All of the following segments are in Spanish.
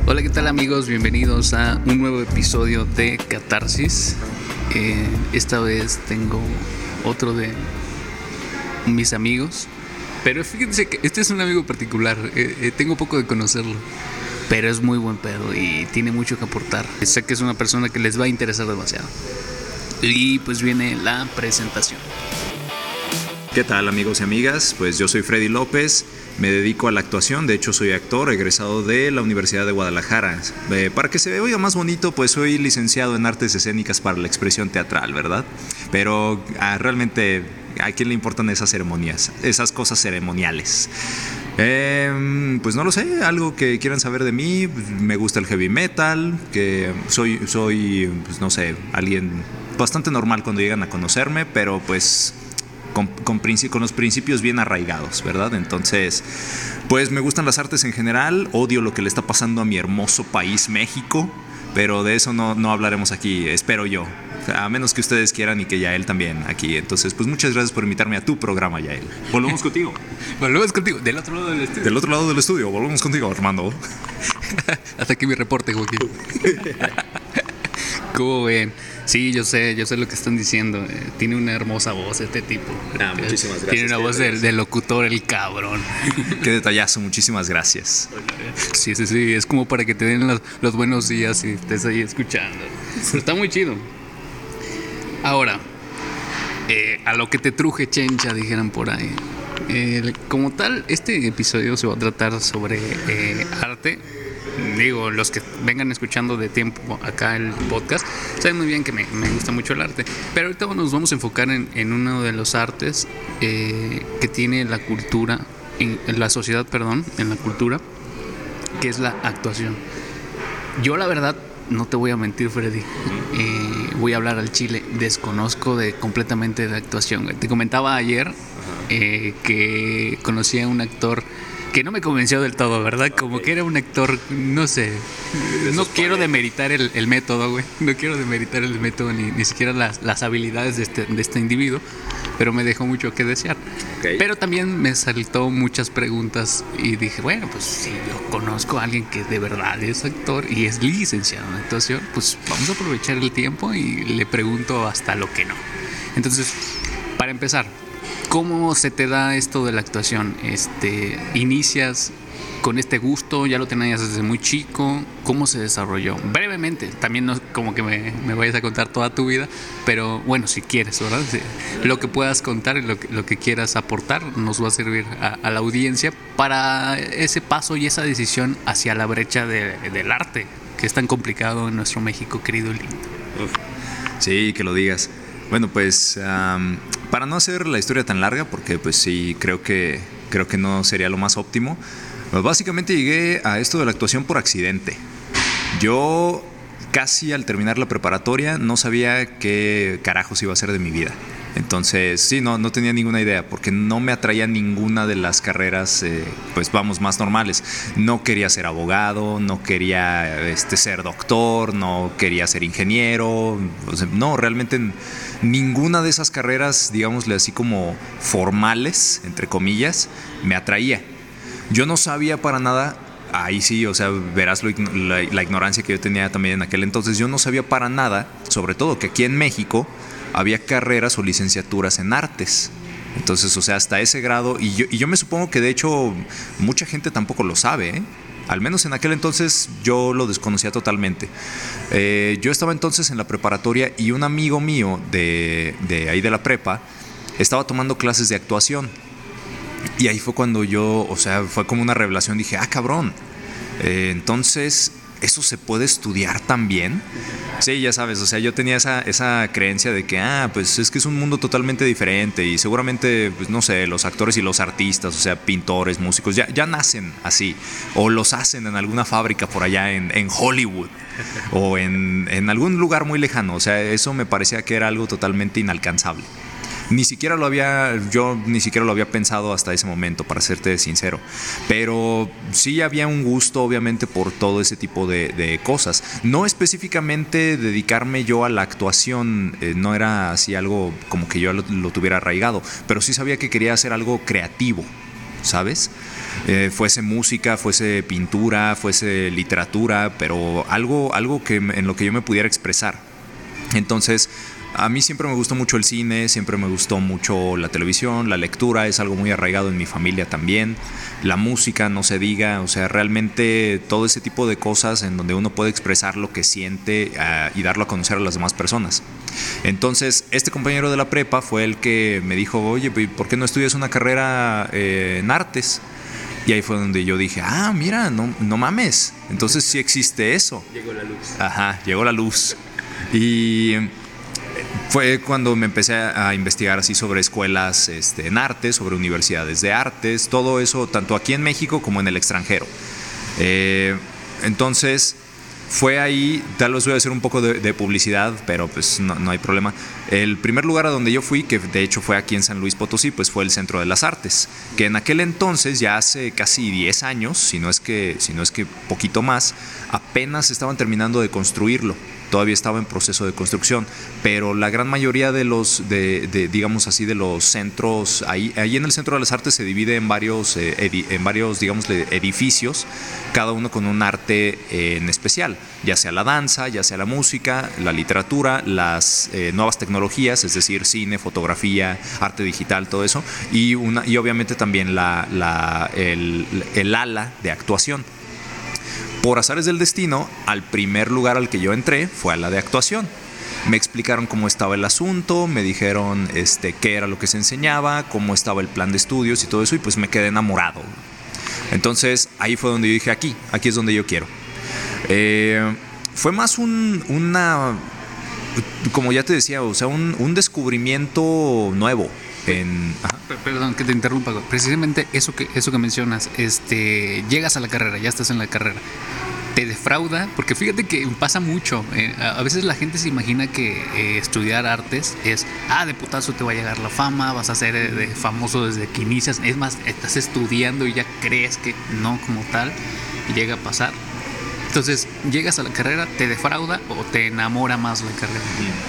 Hola, ¿qué tal amigos? Bienvenidos a un nuevo episodio de Catarsis. Esta vez tengo otro de mis amigos, pero fíjense que este es un amigo particular. Tengo poco de conocerlo, pero es muy buen pedo y tiene mucho que aportar. Sé que es una persona que les va a interesar demasiado. Y pues viene la presentación. ¿Qué tal amigos y amigas? Pues yo soy Freddy López, me dedico a la actuación, de hecho soy actor egresado de la Universidad de Guadalajara. Para que se oiga más bonito, pues soy licenciado en artes escénicas para la expresión teatral, ¿verdad? Pero realmente, ¿a quién le importan esas ceremonias, esas cosas ceremoniales? Pues no lo sé, algo que quieran saber de mí. Me gusta el heavy metal, que soy pues no sé, alguien bastante normal cuando llegan a conocerme, pero pues con los principios bien arraigados, ¿verdad? Entonces, pues me gustan las artes en general, odio lo que le está pasando a mi hermoso país México, pero de eso no hablaremos aquí, espero yo, a menos que ustedes quieran y que Yael también aquí. Entonces, pues muchas gracias por invitarme a tu programa, Yael. Volvemos contigo. Volvemos contigo, del otro lado del estudio. Del otro lado del estudio, volvemos contigo, Armando. Hasta aquí mi reporte, Joaquín. ¿Cómo ven? Sí, yo sé lo que están diciendo. Tiene una hermosa voz este tipo. Muchísimas gracias. Tiene una voz de locutor, el cabrón. Qué detallazo, muchísimas gracias. Sí, es como para que te den los buenos días y estés ahí escuchando. Pero está muy chido. Ahora, a lo que te truje chencha, dijeran por ahí. Como tal, este episodio se va a tratar sobre arte. Digo, los que vengan escuchando de tiempo acá el podcast saben muy bien que me gusta mucho el arte, pero ahorita nos vamos a enfocar en uno de los artes que tiene la cultura, en la sociedad, en la cultura, que es la actuación. Yo la verdad, no te voy a mentir, Freddy, voy a hablar al chile, desconozco completamente de actuación. Te comentaba ayer que conocí a un actor que no me convenció del todo, ¿verdad? Como que era un actor, no sé, no quiero demeritar el método, güey. No quiero demeritar el método ni siquiera las habilidades de este individuo, pero me dejó mucho que desear. Okay. Pero también me saltó muchas preguntas y dije, bueno, pues si yo conozco a alguien que de verdad es actor y es licenciado en actuación, pues vamos a aprovechar el tiempo y le pregunto hasta lo que no. Entonces, para empezar, ¿cómo se te da esto de la actuación? ¿Inicias con este gusto? ¿Ya lo tenías desde muy chico? ¿Cómo se desarrolló? Brevemente, también no como que me vayas a contar toda tu vida, pero bueno, si quieres, ¿verdad? Lo que puedas contar y lo que quieras aportar nos va a servir a la audiencia para ese paso y esa decisión hacia la brecha del arte, que es tan complicado en nuestro México querido y lindo. Sí, que lo digas. Bueno, pues para no hacer la historia tan larga, porque pues sí, creo que no sería lo más óptimo, pues básicamente llegué a esto de la actuación por accidente. Yo casi al terminar la preparatoria no sabía qué carajos iba a hacer de mi vida. Entonces, sí, no tenía ninguna idea, porque no me atraía ninguna de las carreras, pues vamos, más normales. No quería ser abogado, no quería ser doctor, no quería ser ingeniero. O sea, no, realmente ninguna de esas carreras, digámosle así como formales, entre comillas, me atraía. Yo no sabía para nada. Ahí sí, o sea, verás la ignorancia que yo tenía también en aquel entonces. Yo no sabía para nada, sobre todo que aquí en México había carreras o licenciaturas en artes. Entonces, o sea, hasta ese grado, y yo me supongo que de hecho mucha gente tampoco lo sabe, ¿eh? Al menos en aquel entonces yo lo desconocía totalmente. Yo estaba entonces en la preparatoria y un amigo mío de ahí de la prepa estaba tomando clases de actuación. Y ahí fue cuando yo, o sea, fue como una revelación. Dije, cabrón, entonces, ¿eso se puede estudiar también? Sí, ya sabes, o sea, yo tenía esa creencia de que, pues es que es un mundo totalmente diferente y seguramente, pues no sé, los actores y los artistas, o sea, pintores, músicos, ya nacen así, o los hacen en alguna fábrica por allá en Hollywood o en algún lugar muy lejano. O sea, eso me parecía que era algo totalmente inalcanzable. Yo ni siquiera lo había pensado hasta ese momento, para serte sincero. Pero sí había un gusto, obviamente, por todo ese tipo de cosas. No específicamente dedicarme yo a la actuación, no era así algo como que yo lo tuviera arraigado, pero sí sabía que quería hacer algo creativo. ¿sabes? Fuese música, fuese pintura, fuese literatura, pero algo que en lo que yo me pudiera expresar. Entonces, a mí siempre me gustó mucho el cine, siempre me gustó mucho la televisión, la lectura, es algo muy arraigado en mi familia también. La música, no se diga, o sea, realmente todo ese tipo de cosas en donde uno puede expresar lo que siente y darlo a conocer a las demás personas. Entonces, este compañero de la prepa fue el que me dijo, oye, ¿por qué no estudias una carrera en artes? Y ahí fue donde yo dije, mira, no mames, entonces sí existe eso. Llegó la luz. Ajá, llegó la luz. Y fue cuando me empecé a investigar así sobre escuelas en artes, sobre universidades de artes, todo eso, tanto aquí en México como en el extranjero. Entonces, fue ahí, tal vez voy a hacer un poco de publicidad, pero pues no hay problema. El primer lugar a donde yo fui, que de hecho fue aquí en San Luis Potosí, pues fue el Centro de las Artes, que en aquel entonces, ya hace casi 10 años, si no es que poquito más, apenas estaban terminando de construirlo. Todavía estaba en proceso de construcción, pero la gran mayoría de los, digamos así, de los centros, ahí en el Centro de las Artes se divide en varios, digamos, edificios, cada uno con un arte en especial, ya sea la danza, ya sea la música, la literatura, las nuevas tecnologías, es decir, cine, fotografía, arte digital, todo eso, y obviamente también el ala de actuación. Por azares del destino, al primer lugar al que yo entré fue a la de actuación. Me explicaron cómo estaba el asunto, me dijeron qué era lo que se enseñaba, cómo estaba el plan de estudios y todo eso, y pues me quedé enamorado. Entonces ahí fue donde yo dije, aquí es donde yo quiero. Fue más como ya te decía, o sea, un descubrimiento nuevo. Perdón que te interrumpa. Precisamente eso que mencionas, llegas a la carrera, ya estás en la carrera, te defrauda, porque fíjate que pasa mucho. A veces la gente se imagina que estudiar artes es, de putazo te va a llegar la fama, vas a ser famoso desde que inicias. Es más, estás estudiando y ya crees que no como tal, y llega a pasar. Entonces, llegas a la carrera, te defrauda o te enamora más la carrera.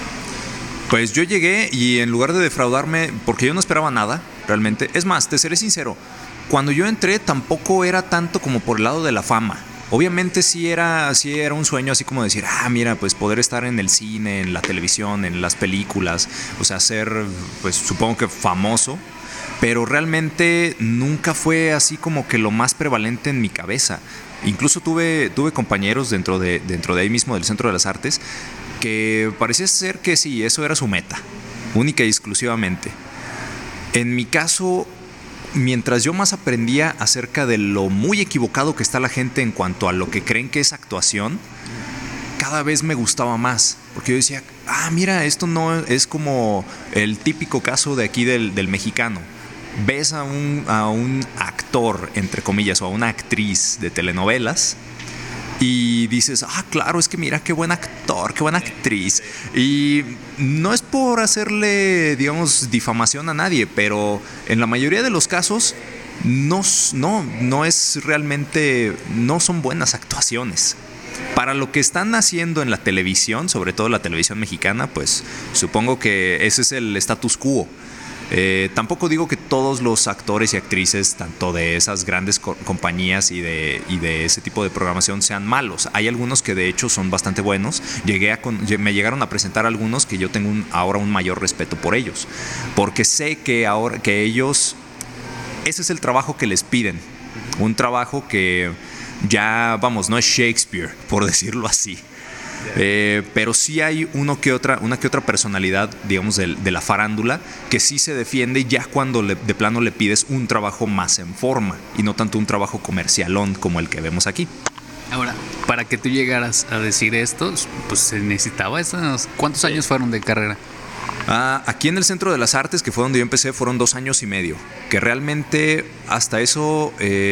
Pues yo llegué y en lugar de defraudarme, porque yo no esperaba nada, realmente. Es más, te seré sincero, cuando yo entré tampoco era tanto como por el lado de la fama. Obviamente sí era un sueño así como decir, mira, pues poder estar en el cine, en la televisión, en las películas, o sea, ser, pues supongo que famoso, pero realmente nunca fue así como que lo más prevalente en mi cabeza. Incluso tuve compañeros dentro de ahí mismo del Centro de las Artes que parecía ser que sí, eso era su meta, única y exclusivamente. En mi caso, mientras yo más aprendía acerca de lo muy equivocado que está la gente en cuanto a lo que creen que es actuación, cada vez me gustaba más, porque yo decía, mira, esto no es como el típico caso de aquí del mexicano. Ves a un actor, entre comillas, o a una actriz de telenovelas y dices, claro, es que mira qué buen actor, qué buena actriz. Y no es por hacerle, digamos, difamación a nadie, pero en la mayoría de los casos no es realmente, no son buenas actuaciones. Para lo que están haciendo en la televisión, sobre todo la televisión mexicana, pues supongo que ese es el status quo. Tampoco digo que todos los actores y actrices, tanto de esas grandes compañías y de ese tipo de programación, sean malos. Hay algunos que de hecho son bastante buenos. Me llegaron a presentar algunos que yo tengo ahora un mayor respeto por ellos, porque sé que ahora que ellos, ese es el trabajo que les piden, un trabajo que ya, vamos, no es Shakespeare, por decirlo así. Pero sí hay una que otra personalidad, digamos, de la farándula que sí se defiende ya cuando de plano le pides un trabajo más en forma y no tanto un trabajo comercialón como el que vemos aquí. Ahora, para que tú llegaras a decir esto, pues se necesitaba ¿cuántos años fueron de carrera? Aquí en el Centro de las Artes, que fue donde yo empecé, fueron 2 años y medio, que realmente hasta eso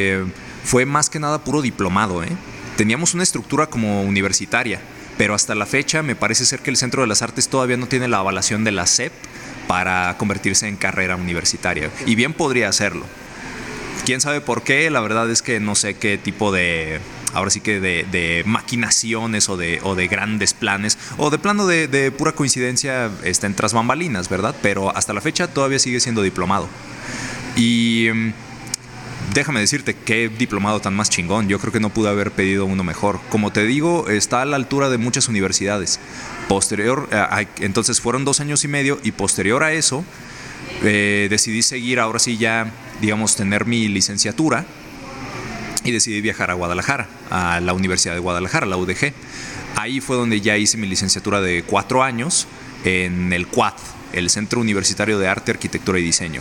fue más que nada puro diplomado. Teníamos una estructura como universitaria, pero hasta la fecha me parece ser que el Centro de las Artes todavía no tiene la avalación de la SEP para convertirse en carrera universitaria. Y bien podría hacerlo. ¿Quién sabe por qué? La verdad es que no sé qué tipo de, ahora sí que de maquinaciones o de grandes planes, o de plano de pura coincidencia en tras bambalinas, ¿verdad? Pero hasta la fecha todavía sigue siendo diplomado. Y déjame decirte, qué diplomado tan más chingón. Yo creo que no pude haber pedido uno mejor. Como te digo, está a la altura de muchas universidades. Entonces fueron 2 años y medio y posterior a eso decidí seguir, ahora sí ya, digamos, tener mi licenciatura y decidí viajar a Guadalajara, a la Universidad de Guadalajara, la UDG. Ahí fue donde ya hice mi licenciatura de 4 años en el CUAD, el Centro Universitario de Arte, Arquitectura y Diseño.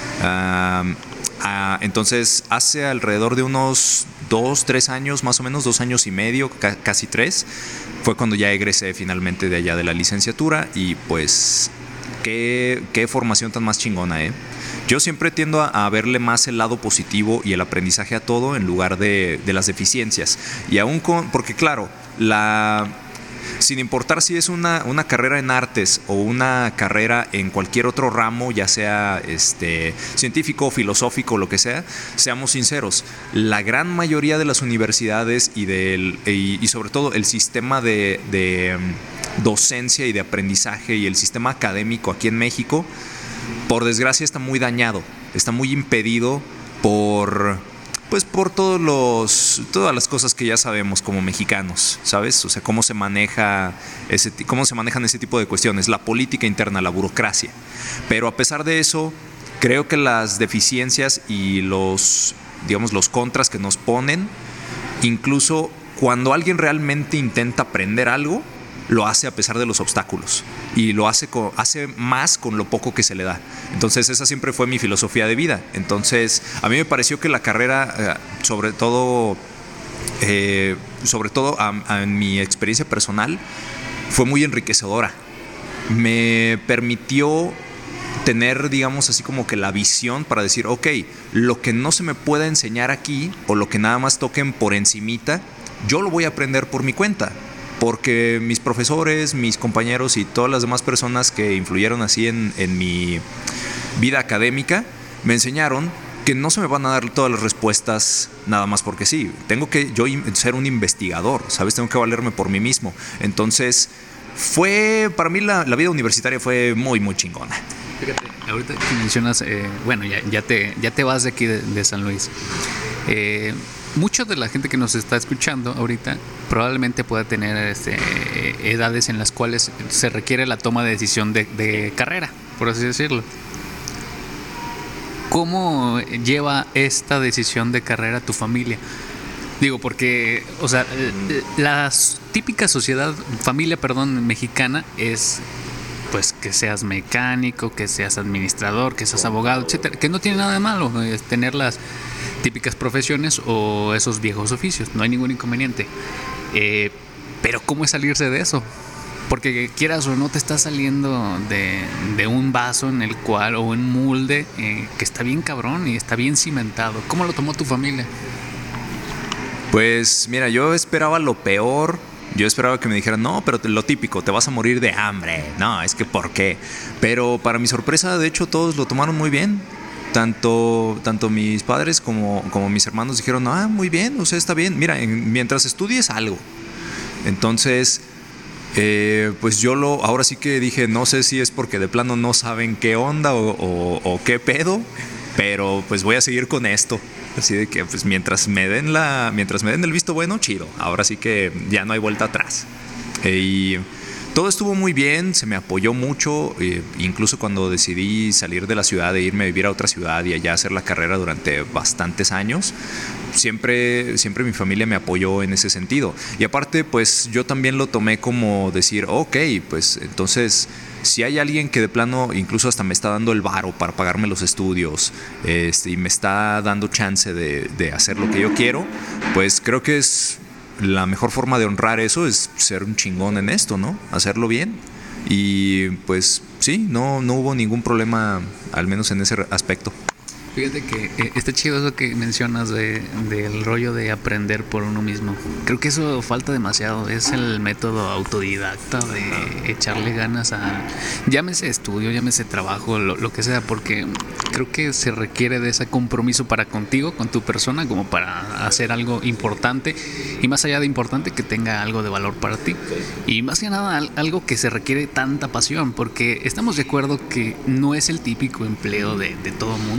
Entonces, hace alrededor de unos 2-3 años, más o menos 2 años y medio, casi 3, fue cuando ya egresé finalmente de allá de la licenciatura. Y pues, qué formación tan más chingona, ¿eh? Yo siempre tiendo a verle más el lado positivo y el aprendizaje a todo en lugar de las deficiencias. Y aún porque claro, sin importar si es una carrera en artes o una carrera en cualquier otro ramo, ya sea científico, filosófico, lo que sea, seamos sinceros, la gran mayoría de las universidades y sobre todo el sistema de docencia y de aprendizaje y el sistema académico aquí en México, por desgracia está muy dañado, está muy impedido por todas las cosas que ya sabemos como mexicanos, ¿sabes? O sea, cómo se manejan ese tipo de cuestiones, la política interna, la burocracia. Pero a pesar de eso, creo que las deficiencias y los contras que nos ponen, incluso cuando alguien realmente intenta aprender algo, lo hace a pesar de los obstáculos y lo hace más con lo poco que se le da. Entonces esa siempre fue mi filosofía de vida. Entonces a mí me pareció que la carrera, sobre todo en mi experiencia personal, fue muy enriquecedora. Me permitió tener, digamos, así como que la visión para decir, ok, lo que no se me pueda enseñar aquí o lo que nada más toquen por encimita, yo lo voy a aprender por mi cuenta. Porque mis profesores, mis compañeros y todas las demás personas que influyeron así en mi vida académica me enseñaron que no se me van a dar todas las respuestas nada más porque sí. Tengo que yo ser un investigador, ¿sabes? Tengo que valerme por mí mismo. Entonces, para mí la vida universitaria fue muy, muy chingona. Fíjate, ahorita que mencionas, bueno, ya te vas de aquí de San Luis. Mucha de la gente que nos está escuchando ahorita probablemente pueda tener edades en las cuales se requiere la toma de decisión de carrera, por así decirlo. ¿Cómo lleva esta decisión de carrera tu familia? Digo, porque, o sea, la típica familia mexicana es pues que seas mecánico, que seas administrador, que seas abogado, etcétera, que no tiene nada de malo tener las típicas profesiones o esos viejos oficios, no hay ningún inconveniente. Pero ¿cómo es salirse de eso? Porque quieras o no te estás saliendo de un vaso en el cual, o un molde que está bien cabrón y está bien cimentado. ¿Cómo lo tomó tu familia? Pues mira, yo esperaba lo peor. Yo esperaba que me dijeran, no, pero lo típico, te vas a morir de hambre. No, es que ¿por qué? Pero para mi sorpresa, de hecho, todos lo tomaron muy bien. Tanto mis padres como mis hermanos dijeron, muy bien, o sea, está bien. Mira, mientras estudies algo. Entonces, pues yo ahora sí que dije, no sé si es porque de plano no saben qué onda o qué pedo, pero pues voy a seguir con esto. Así de que pues mientras me den el visto bueno, chido. Ahora sí que ya no hay vuelta atrás. Y todo estuvo muy bien, se me apoyó mucho, incluso cuando decidí salir de la ciudad e irme a vivir a otra ciudad y allá hacer la carrera durante bastantes años. Siempre mi familia me apoyó en ese sentido. Y aparte, pues yo también lo tomé como decir, ok, pues entonces si hay alguien que de plano incluso hasta me está dando el varo para pagarme los estudios, y me está dando chance de hacer lo que yo quiero, pues creo que es la mejor forma de honrar eso, es ser un chingón en esto, ¿no? Hacerlo bien. Y pues sí, no hubo ningún problema, al menos en ese aspecto. Fíjate que está chido eso que mencionas del rollo de aprender por uno mismo. Creo que eso falta demasiado. Es el método autodidacta de echarle ganas a, llámese estudio, llámese trabajo, lo que sea, porque creo que se requiere de ese compromiso para contigo, con tu persona, como para hacer algo importante, y más allá de importante, que tenga algo de valor para ti. Y más que nada algo que se requiere tanta pasión, porque estamos de acuerdo que no es el típico empleo de todo mundo. O sea,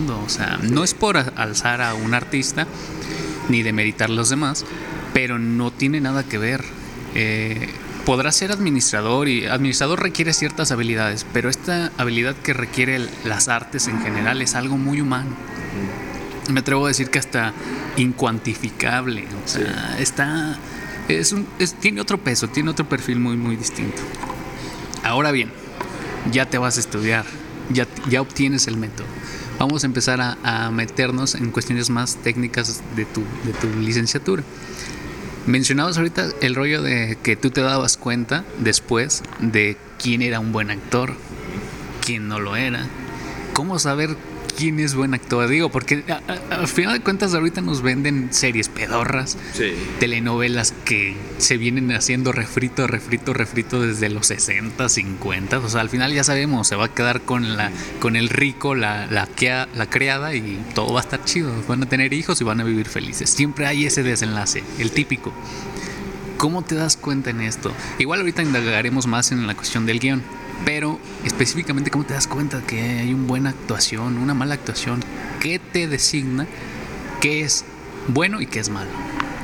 sea, no es por alzar a un artista ni demeritar a los demás, pero no tiene nada que ver. Podrás ser administrador y administrador requiere ciertas habilidades, pero esta habilidad que requiere las artes en general es algo muy humano. Me atrevo a decir que hasta incuantificable. O sea, tiene otro peso, tiene otro perfil muy, muy distinto. Ahora bien, ya te vas a estudiar, ya obtienes el método. Vamos a empezar a meternos en cuestiones más técnicas de tu licenciatura. Mencionabas ahorita el rollo de que tú te dabas cuenta después de quién era un buen actor, quién no lo era. ¿Cómo saber quién es buen actor? Digo, porque al final de cuentas ahorita nos venden series pedorras, sí, telenovelas que se vienen haciendo refrito desde los 60, 50. O sea, al final ya sabemos, se va a quedar con el rico, la criada, y todo va a estar chido. Van a tener hijos y van a vivir felices. Siempre hay ese desenlace, el típico. ¿Cómo te das cuenta en esto? Igual ahorita indagaremos más en la cuestión del guión, pero específicamente, ¿cómo te das cuenta que hay una buena actuación, una mala actuación? ¿Qué te designa qué es bueno y qué es malo?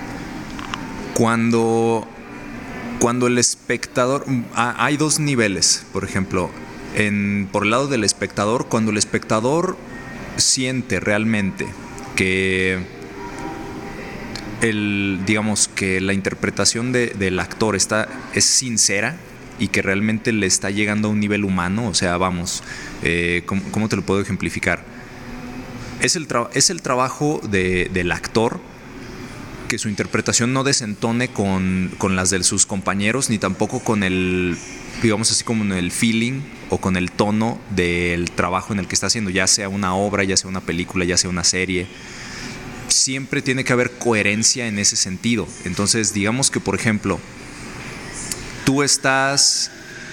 Cuando el espectador... Hay dos niveles, por ejemplo. Por el lado del espectador, cuando el espectador siente realmente que digamos que la interpretación del actor es sincera y que realmente le está llegando a un nivel humano, o sea, vamos, ¿cómo te lo puedo ejemplificar? Es el trabajo del actor que su interpretación no desentone con las de sus compañeros, ni tampoco con el, digamos así, como en el feeling o con el tono del trabajo en el que está haciendo, ya sea una obra, ya sea una película, ya sea una serie. Siempre tiene que haber coherencia en ese sentido. Entonces, digamos que, por ejemplo, tú estás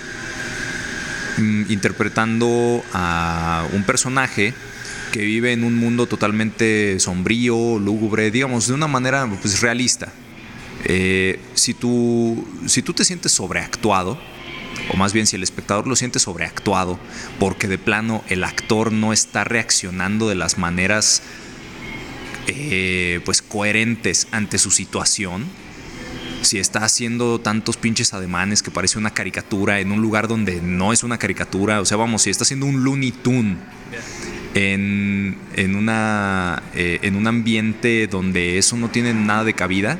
interpretando a un personaje que vive en un mundo totalmente sombrío, lúgubre, digamos, de una manera pues realista. Si tú te sientes sobreactuado, o más bien si el espectador lo siente sobreactuado, porque de plano el actor no está reaccionando de las maneras pues coherentes ante su situación, si está haciendo tantos pinches ademanes que parece una caricatura en un lugar donde no es una caricatura, o sea, vamos, si está haciendo un Looney Tunes en un ambiente donde eso no tiene nada de cabida,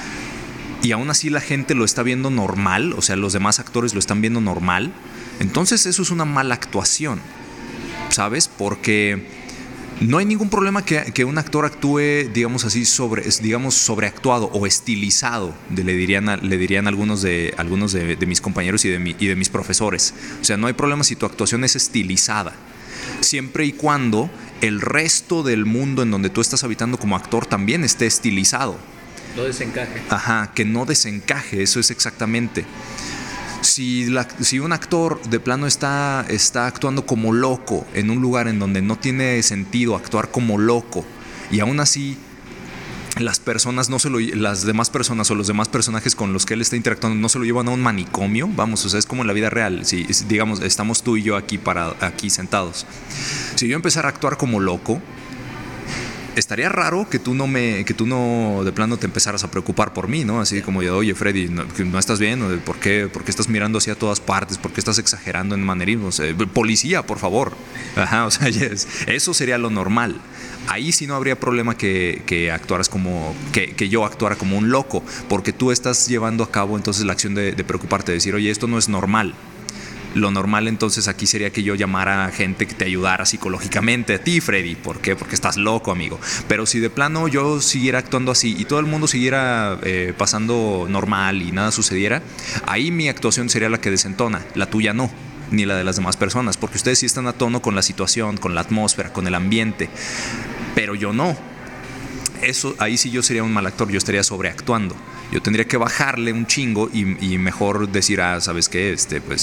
y aún así la gente lo está viendo normal, o sea, los demás actores lo están viendo normal, entonces eso es una mala actuación, ¿sabes? Porque no hay ningún problema que un actor actúe, digamos así, sobreactuado o estilizado, le dirían algunos de mis compañeros y de mis profesores. O sea, no hay problema si tu actuación es estilizada, siempre y cuando el resto del mundo en donde tú estás habitando como actor también esté estilizado. No desencaje. Ajá, que no desencaje, eso es exactamente. Si un actor de plano está actuando como loco en un lugar en donde no tiene sentido actuar como loco, y aún así las demás personas o los demás personajes con los que él está interactuando no se lo llevan a un manicomio, vamos, o sea, es como en la vida real. Si digamos, estamos tú y yo aquí sentados. Si yo empezara a actuar como loco, estaría raro que tú no de plano te empezaras a preocupar por mí, ¿no? Así como yo, oye, Freddy, ¿no estás bien? ¿Por qué estás mirando hacia todas partes? ¿Por qué estás exagerando en manerismos? Policía, por favor. Ajá, o sea, eso sería lo normal. Ahí sí no habría problema que actuaras que yo actuara como un loco, porque tú estás llevando a cabo entonces la acción de preocuparte, de decir, oye, esto no es normal. Lo normal entonces aquí sería que yo llamara a gente que te ayudara psicológicamente a ti, Freddy. ¿Por qué? Porque estás loco, amigo. Pero si de plano yo siguiera actuando así y todo el mundo siguiera pasando normal y nada sucediera, ahí mi actuación sería la que desentona, la tuya no, ni la de las demás personas, porque ustedes sí están a tono con la situación, con la atmósfera, con el ambiente, pero yo no. Eso, ahí sí yo sería un mal actor, yo estaría sobreactuando. Yo tendría que bajarle un chingo y mejor decir, ¿sabes qué?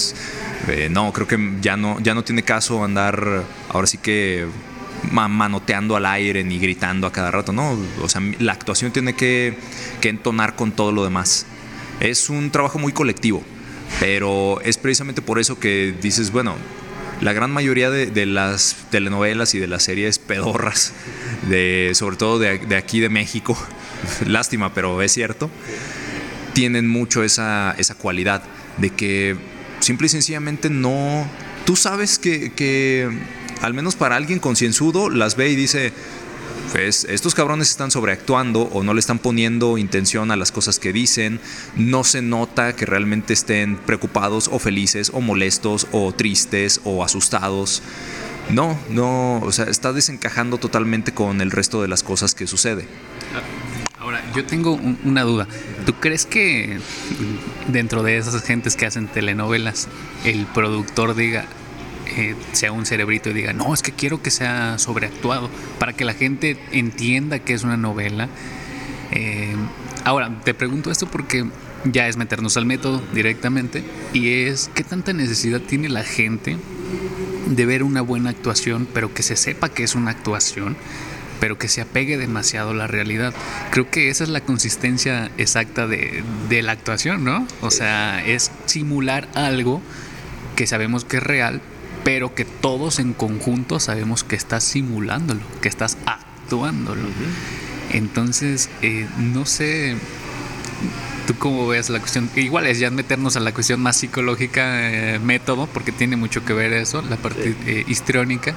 No, creo que ya no tiene caso andar ahora sí que manoteando al aire ni gritando a cada rato, no. O sea, la actuación tiene que entonar con todo lo demás. Es un trabajo muy colectivo, pero es precisamente por eso que dices, bueno, la gran mayoría de las telenovelas y de las series pedorras, sobre todo de aquí de México, lástima, pero es cierto, tienen mucho esa cualidad de que simple y sencillamente no... Tú sabes que al menos para alguien concienzudo las ve y dice... Pues estos cabrones están sobreactuando o no le están poniendo intención a las cosas que dicen, no se nota que realmente estén preocupados o felices o molestos o tristes o asustados. No, o sea, está desencajando totalmente con el resto de las cosas que sucede. Ahora, yo tengo una duda. ¿Tú crees que dentro de esas gentes que hacen telenovelas, el productor diga... sea un cerebrito y diga, no, es que quiero que sea sobreactuado para que la gente entienda que es una novela? Ahora, te pregunto esto porque ya es meternos al método directamente, y es qué tanta necesidad tiene la gente de ver una buena actuación, pero que se sepa que es una actuación, pero que se apegue demasiado a la realidad. Creo que esa es la consistencia exacta de la actuación, ¿no? O sea, es simular algo que sabemos que es real, pero que todos en conjunto sabemos que estás simulándolo, que estás actuándolo. Entonces, no sé, tú cómo ves la cuestión. Igual es ya meternos a la cuestión más psicológica, método, porque tiene mucho que ver eso, la parte histriónica,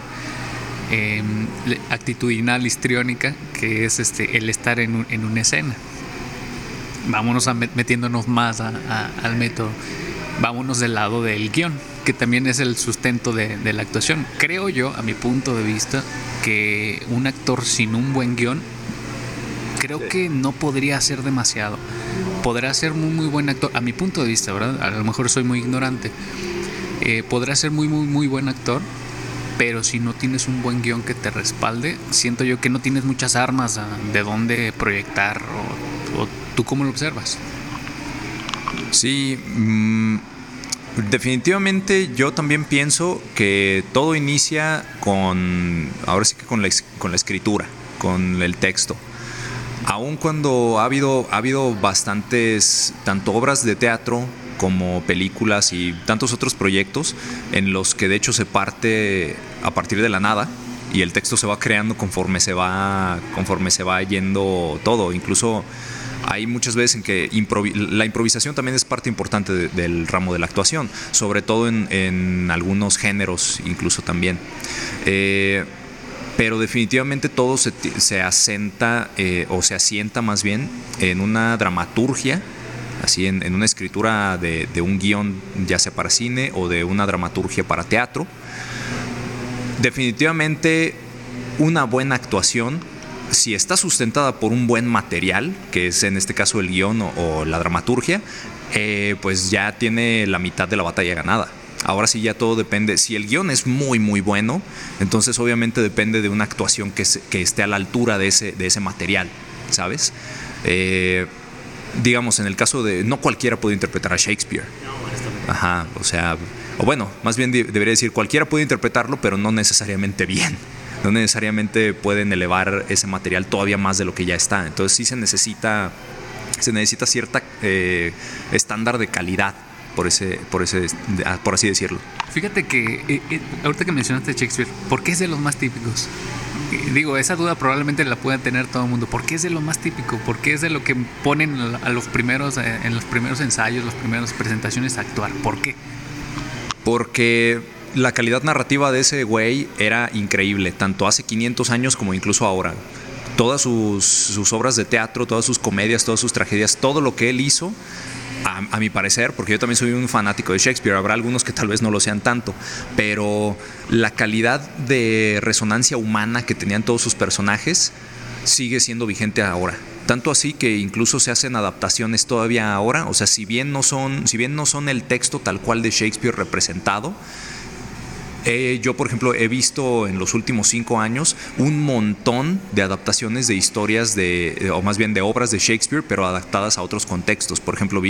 actitudinal histriónica, que es el estar en una escena. Vámonos metiéndonos más al método. Vámonos del lado del guión, que también es el sustento de la actuación. Creo yo, a mi punto de vista, que un actor sin un buen guión, creo que no podría hacer demasiado. Podrá ser muy buen actor, a mi punto de vista, ¿verdad? A lo mejor soy muy ignorante. Podrá ser muy buen actor, pero si no tienes un buen guión que te respalde, siento yo que no tienes muchas armas de dónde proyectar. O ¿tú cómo lo observas? Sí, definitivamente yo también pienso que todo inicia ahora sí que con la escritura, con el texto. Aun cuando ha habido bastantes, tanto obras de teatro como películas y tantos otros proyectos en los que de hecho se parte a partir de la nada y el texto se va creando conforme se va yendo todo. Incluso hay muchas veces en que la improvisación también es parte importante del ramo de la actuación, sobre todo en algunos géneros incluso también. Pero definitivamente todo se asenta o se asienta más bien en una dramaturgia, así en una escritura de un guión, ya sea para cine o de una dramaturgia para teatro. Definitivamente una buena actuación, si está sustentada por un buen material, que es en este caso el guión o la dramaturgia, pues ya tiene la mitad de la batalla ganada. Ahora sí ya todo depende. Si el guión es muy bueno, entonces obviamente depende de una actuación que esté a la altura de ese material, ¿sabes? Digamos, en el caso de... No cualquiera puede interpretar a Shakespeare. Ajá, o sea... O bueno, más bien debería decir, cualquiera puede interpretarlo, pero no necesariamente bien. No necesariamente pueden elevar ese material todavía más de lo que ya está. Entonces sí se necesita cierta estándar de calidad, por así decirlo. Fíjate que ahorita que mencionaste Shakespeare, ¿por qué es de los más típicos? Digo, esa duda probablemente la pueda tener todo el mundo. ¿Por qué es de lo más típico? ¿Por qué es de lo que ponen a los primeros en los primeros ensayos, las primeras presentaciones a actuar? ¿Por qué? Porque la calidad narrativa de ese güey era increíble, tanto hace 500 años como incluso ahora. Todas sus obras de teatro, todas sus comedias, todas sus tragedias, todo lo que él hizo, a mi parecer, porque yo también soy un fanático de Shakespeare, habrá algunos que tal vez no lo sean tanto, pero la calidad de resonancia humana que tenían todos sus personajes sigue siendo vigente ahora. Tanto así que incluso se hacen adaptaciones todavía ahora. O sea, si bien no son el texto tal cual de Shakespeare representado, yo, por ejemplo, he visto en los últimos 5 años un montón de adaptaciones de historias o más bien de obras de Shakespeare, pero adaptadas a otros contextos. Por ejemplo,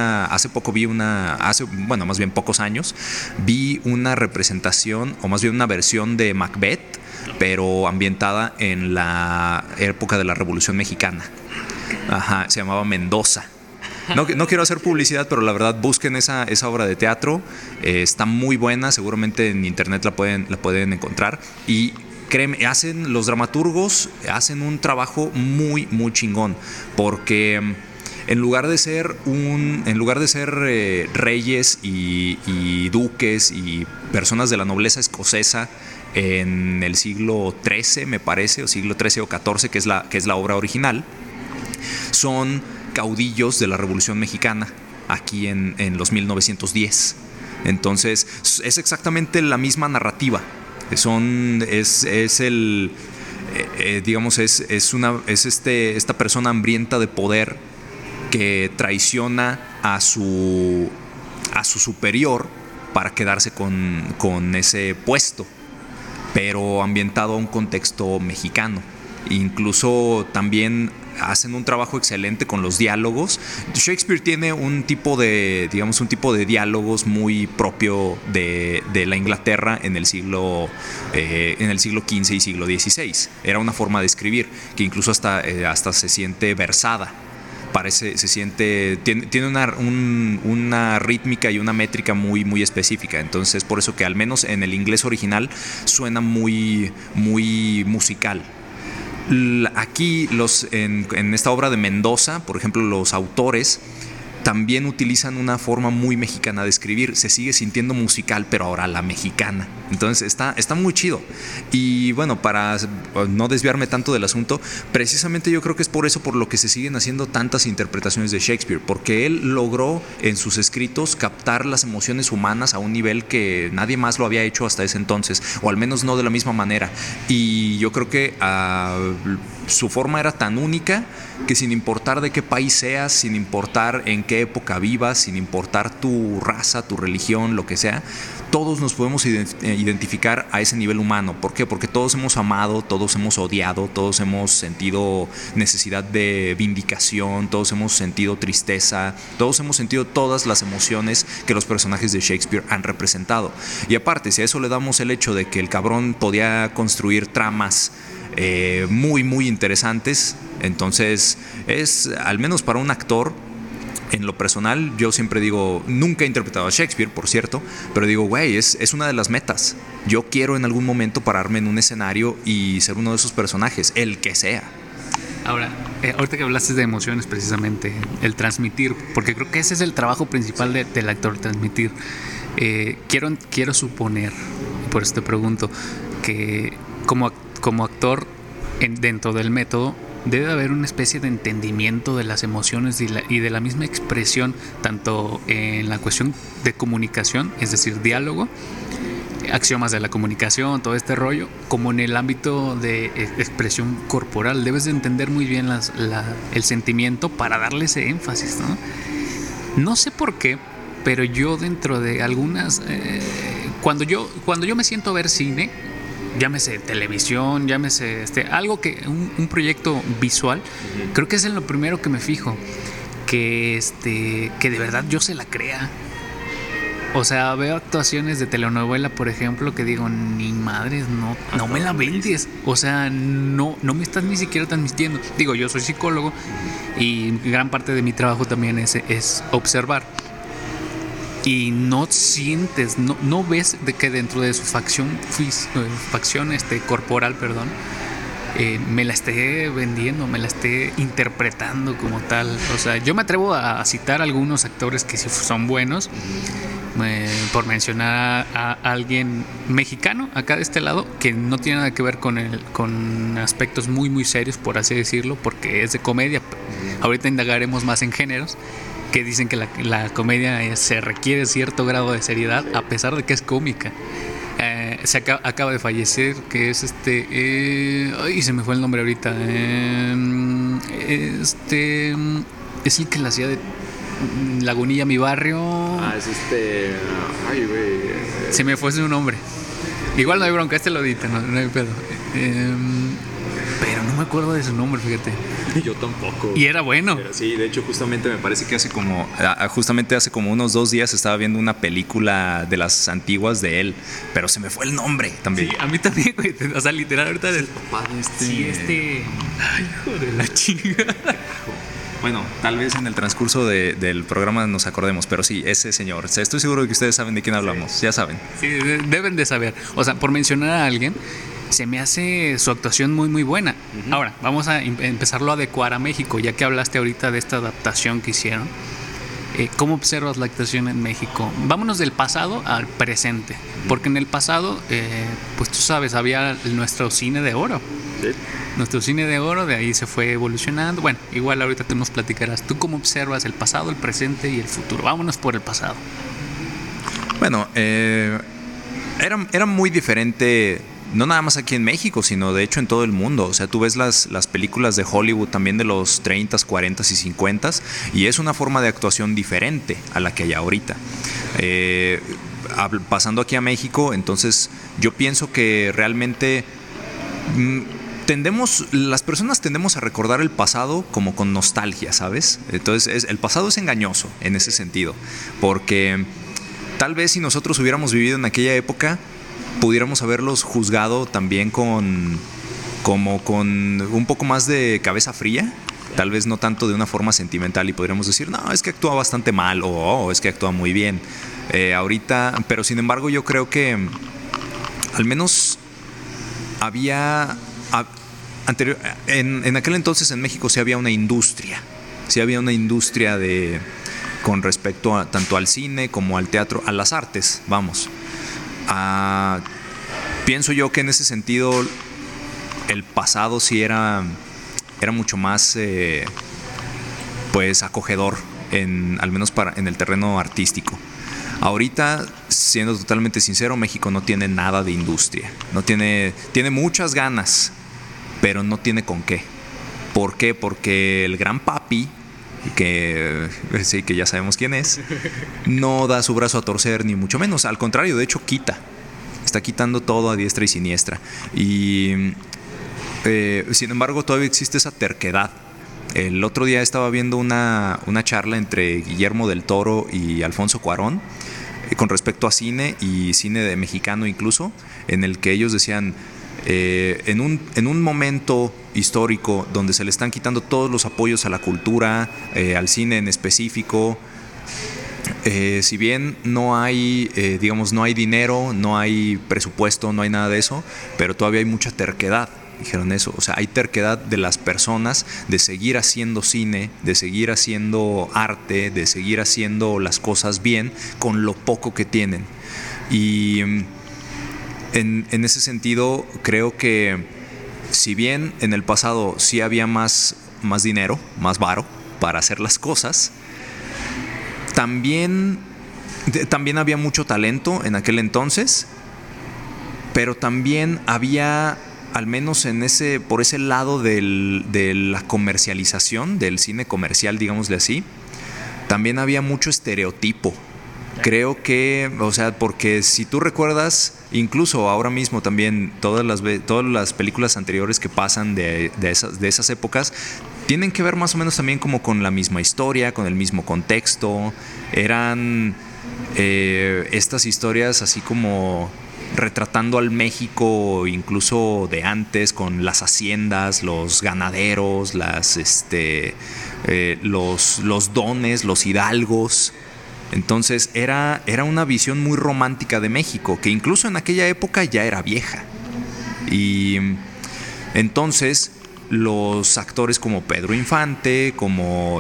más bien pocos años, vi una representación, o más bien una versión de Macbeth, pero ambientada en la época de la Revolución Mexicana. Ajá, se llamaba Mendoza. no quiero hacer publicidad, pero la verdad busquen esa obra de teatro. Está muy buena, seguramente en internet la pueden encontrar. Y créeme, los dramaturgos hacen un trabajo muy, muy chingón, porque en lugar de ser reyes y duques y personas de la nobleza escocesa en el siglo XIII, me parece, o siglo XIII o XIV, que es la obra original, son caudillos de la Revolución Mexicana aquí en los 1910. Entonces es exactamente la misma narrativa. Digamos, esta persona hambrienta de poder que traiciona a su superior para quedarse con ese puesto, pero ambientado a un contexto mexicano. Incluso también hacen un trabajo excelente con los diálogos. Shakespeare tiene un tipo de diálogos muy propio de la Inglaterra en el siglo XV y siglo XVI. Era una forma de escribir que incluso hasta se siente versada. Tiene una rítmica y una métrica muy, muy específica. Entonces, por eso que al menos en el inglés original suena muy, muy musical. Aquí en esta obra de Mendoza, por ejemplo, los autores también utilizan una forma muy mexicana de escribir. Se sigue sintiendo musical, pero ahora la mexicana. Entonces está muy chido. Y bueno, para no desviarme tanto del asunto, precisamente yo creo que es por eso por lo que se siguen haciendo tantas interpretaciones de Shakespeare, porque él logró en sus escritos captar las emociones humanas a un nivel que nadie más lo había hecho hasta ese entonces, o al menos no de la misma manera. Y yo creo que su forma era tan única que sin importar de qué país seas, sin importar en qué época vivas, sin importar tu raza, tu religión, lo que sea, todos nos podemos identificar a ese nivel humano. ¿Por qué? Porque todos hemos amado, todos hemos odiado, todos hemos sentido necesidad de vindicación, todos hemos sentido tristeza, todos hemos sentido todas las emociones que los personajes de Shakespeare han representado. Y aparte, si a eso le damos el hecho de que el cabrón podía construir tramas muy, muy interesantes, entonces es, al menos para un actor, en lo personal, yo siempre digo, nunca he interpretado a Shakespeare, por cierto, pero digo, güey, es una de las metas. Yo quiero en algún momento pararme en un escenario y ser uno de esos personajes, el que sea. Ahora, ahorita que hablaste de emociones, precisamente, el transmitir, porque creo que ese es el trabajo principal del actor, transmitir. Quiero suponer, por eso te pregunto, que como actor dentro del método, debe haber una especie de entendimiento de las emociones y de la misma expresión, tanto en la cuestión de comunicación, es decir, diálogo, axiomas de la comunicación, todo este rollo, como en el ámbito de expresión corporal. Debes de entender muy bien el sentimiento para darle ese énfasis, ¿no? No sé por qué, pero yo dentro de algunas... cuando yo me siento a ver cine, llámese televisión, llámese algo un proyecto visual, creo que es en lo primero que me fijo, que de verdad yo se la crea. O sea, veo actuaciones de telenovela, por ejemplo, que digo, ni madres, no me la vendes. O sea, no me estás ni siquiera transmitiendo. Digo, yo soy psicólogo y gran parte de mi trabajo también es observar. Y no sientes, no ves de que dentro de su facción corporal, me la esté vendiendo, me la esté interpretando como tal. O sea, yo me atrevo a citar algunos actores que sí son buenos, por mencionar a alguien mexicano acá de este lado, que no tiene nada que ver con aspectos muy muy serios, por así decirlo, porque es de comedia. Ahorita indagaremos más en géneros, que dicen que la comedia se requiere cierto grado de seriedad, a pesar de que es cómica. Acaba de fallecer, que es ay, se me fue el nombre ahorita. Es el que la hacía de Lagunilla, mi barrio. Es ay, güey. Se me fue su nombre. Igual no hay bronca, lo edita, no hay pedo. Pero no me acuerdo de su nombre, fíjate. Yo tampoco. Y era bueno. Pero sí, de hecho, justamente me parece que hace como unos 2 días estaba viendo una película de las antiguas de él, pero se me fue el nombre también. Sí, a mí también, güey. O sea, literal, ahorita el papá de Sí, ay, hijo de la chingada. Bueno, tal vez en el transcurso del programa nos acordemos, pero sí, ese señor. O sea, estoy seguro de que ustedes saben de quién hablamos, sí. Ya saben. Sí, deben de saber. O sea, por mencionar a alguien, se me hace su actuación muy, muy buena. Ahora, vamos a empezarlo a adecuar a México, ya que hablaste ahorita de esta adaptación que hicieron. ¿Cómo observas la actuación en México? Vámonos del pasado al presente, porque en el pasado, pues tú sabes, había nuestro cine de oro. Sí. Nuestro cine de oro, de ahí se fue evolucionando. Bueno, igual ahorita tú nos platicarás. ¿Tú cómo observas el pasado, el presente y el futuro? Vámonos por el pasado. Bueno, era muy diferente, no nada más aquí en México, sino de hecho en todo el mundo. O sea, tú ves las películas de Hollywood también de los 30s, 40s y 50s, y es una forma de actuación diferente a la que hay ahorita. Pasando aquí a México, entonces yo pienso que realmente las personas tendemos a recordar el pasado como con nostalgia, ¿sabes? Entonces el pasado es engañoso en ese sentido, porque tal vez si nosotros hubiéramos vivido en aquella época, pudiéramos haberlos juzgado también con un poco más de cabeza fría, tal vez no tanto de una forma sentimental, y podríamos decir, no, es que actúa bastante mal, o es que actúa muy bien. Ahorita, pero sin embargo yo creo que al menos había en aquel entonces en México sí había una industria, con respecto tanto al cine como al teatro, a las artes, vamos. Pienso yo que en ese sentido el pasado sí era mucho más pues acogedor, al menos en el terreno artístico. Ahorita, siendo totalmente sincero, México no tiene nada de industria. Tiene muchas ganas, pero no tiene con qué. ¿Por qué? Porque el gran papi, que ya sabemos quién es, no da su brazo a torcer, ni mucho menos. Al contrario, de hecho está quitando todo a diestra y siniestra. Y sin embargo todavía existe esa terquedad. El otro día estaba viendo una charla entre Guillermo del Toro y Alfonso Cuarón con respecto a cine y cine de mexicano incluso, en el que ellos decían, en un momento histórico donde se le están quitando todos los apoyos a la cultura, al cine en específico, si bien no hay dinero, no hay presupuesto, no hay nada de eso, pero todavía hay mucha terquedad. Dijeron eso, o sea, hay terquedad de las personas de seguir haciendo cine, de seguir haciendo arte, de seguir haciendo las cosas bien con lo poco que tienen. Y en ese sentido creo que si bien en el pasado sí había más dinero, más varo para hacer las cosas, también había mucho talento en aquel entonces, pero también había, al menos por ese lado de la comercialización, del cine comercial, digámosle así, también había mucho estereotipo. Creo que, o sea, porque si tú recuerdas, incluso ahora mismo también, todas las películas anteriores que pasan de esas épocas, tienen que ver más o menos también como con la misma historia, con el mismo contexto. Eran estas historias así como retratando al México incluso de antes, con las haciendas, los ganaderos, los dones, los hidalgos. Entonces era una visión muy romántica de México, que incluso en aquella época ya era vieja. Y entonces los actores como Pedro Infante, como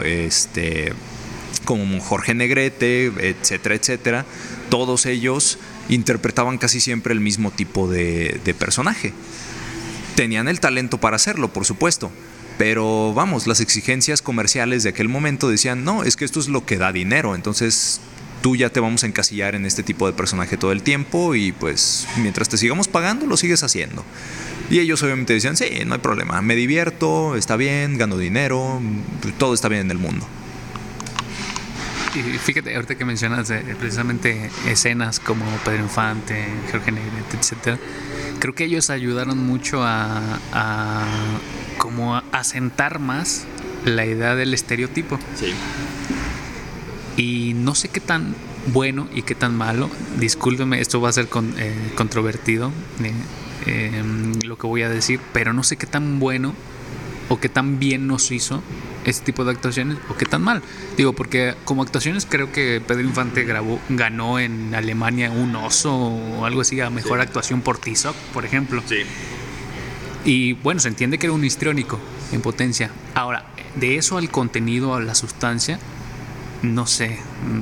Jorge Negrete, etcétera, etcétera, todos ellos interpretaban casi siempre el mismo tipo de personaje. Tenían el talento para hacerlo, por supuesto, pero vamos, las exigencias comerciales de aquel momento decían, no, es que esto es lo que da dinero, entonces tú ya te vamos a encasillar en este tipo de personaje todo el tiempo y pues mientras te sigamos pagando lo sigues haciendo. Y ellos obviamente decían, sí, no hay problema, me divierto, está bien, gano dinero, todo está bien en el mundo. Y fíjate, ahorita que mencionas precisamente escenas como Pedro Infante, Jorge Negrete, etcétera, creo que ellos ayudaron mucho a como a asentar más la idea del estereotipo. Sí. Y no sé qué tan bueno y qué tan malo, discúlpeme, esto va a ser controvertido, lo que voy a decir, pero no sé qué tan bueno o qué tan bien nos hizo ese tipo de actuaciones o qué tan mal. Digo, porque como actuaciones creo que Pedro Infante ganó en Alemania un oso o algo así a mejor actuación por Tizoc, por ejemplo. Sí. Y bueno, se entiende que era un histriónico en potencia. Ahora, de eso al contenido, a la sustancia, no sé,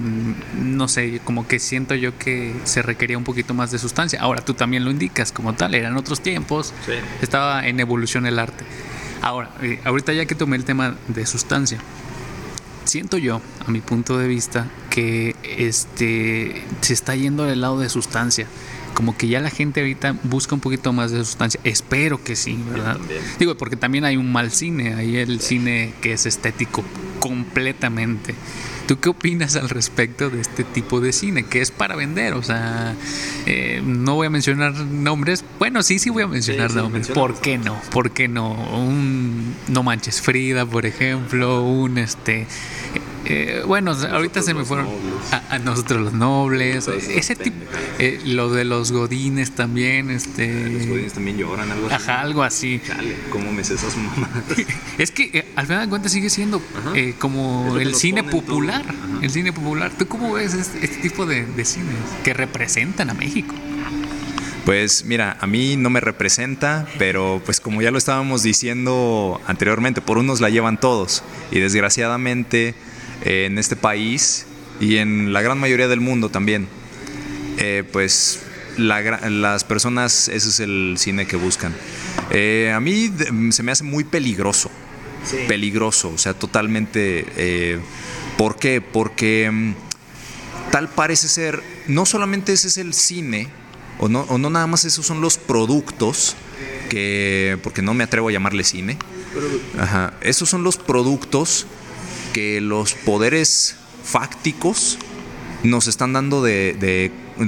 como que siento yo que se requería un poquito más de sustancia. Ahora, tú también lo indicas como tal, eran otros tiempos, sí, estaba en evolución el arte. Ahora, ahorita ya que tomé el tema de sustancia, siento yo, a mi punto de vista, que se está yendo del lado de sustancia. Como que ya la gente ahorita busca un poquito más de sustancia. Espero que sí, ¿verdad? Digo, porque también hay un mal cine. Hay el cine que es estético completamente. ¿Tú qué opinas al respecto de este tipo de cine? Que es para vender, o sea, no voy a mencionar nombres. Bueno, sí voy a mencionar nombres. ¿Por qué no? ¿Por qué no? No Manches Frida, por ejemplo. Bueno, ahorita se me fueron a Nosotros los Nobles, ese tipo, lo de los Godines también, Los Godines también lloran, algo así. Ajá, algo así. Chale, ¿cómo me sé esas mamadas? Es que al final de cuentas sigue siendo como el cine popular, el cine popular. ¿Tú cómo ves este tipo de cines que representan a México? Pues mira, a mí no me representa, pero pues como ya lo estábamos diciendo anteriormente, por unos la llevan todos y desgraciadamente en este país y en la gran mayoría del mundo también, pues las personas, ese es el cine que buscan. A mí se me hace muy peligroso, peligroso, o sea, totalmente. ¿Por qué? Porque tal parece ser, no solamente ese es el cine, o no nada más esos son los productos, porque no me atrevo a llamarle cine. Ajá, esos son los productos que los poderes fácticos nos están dando de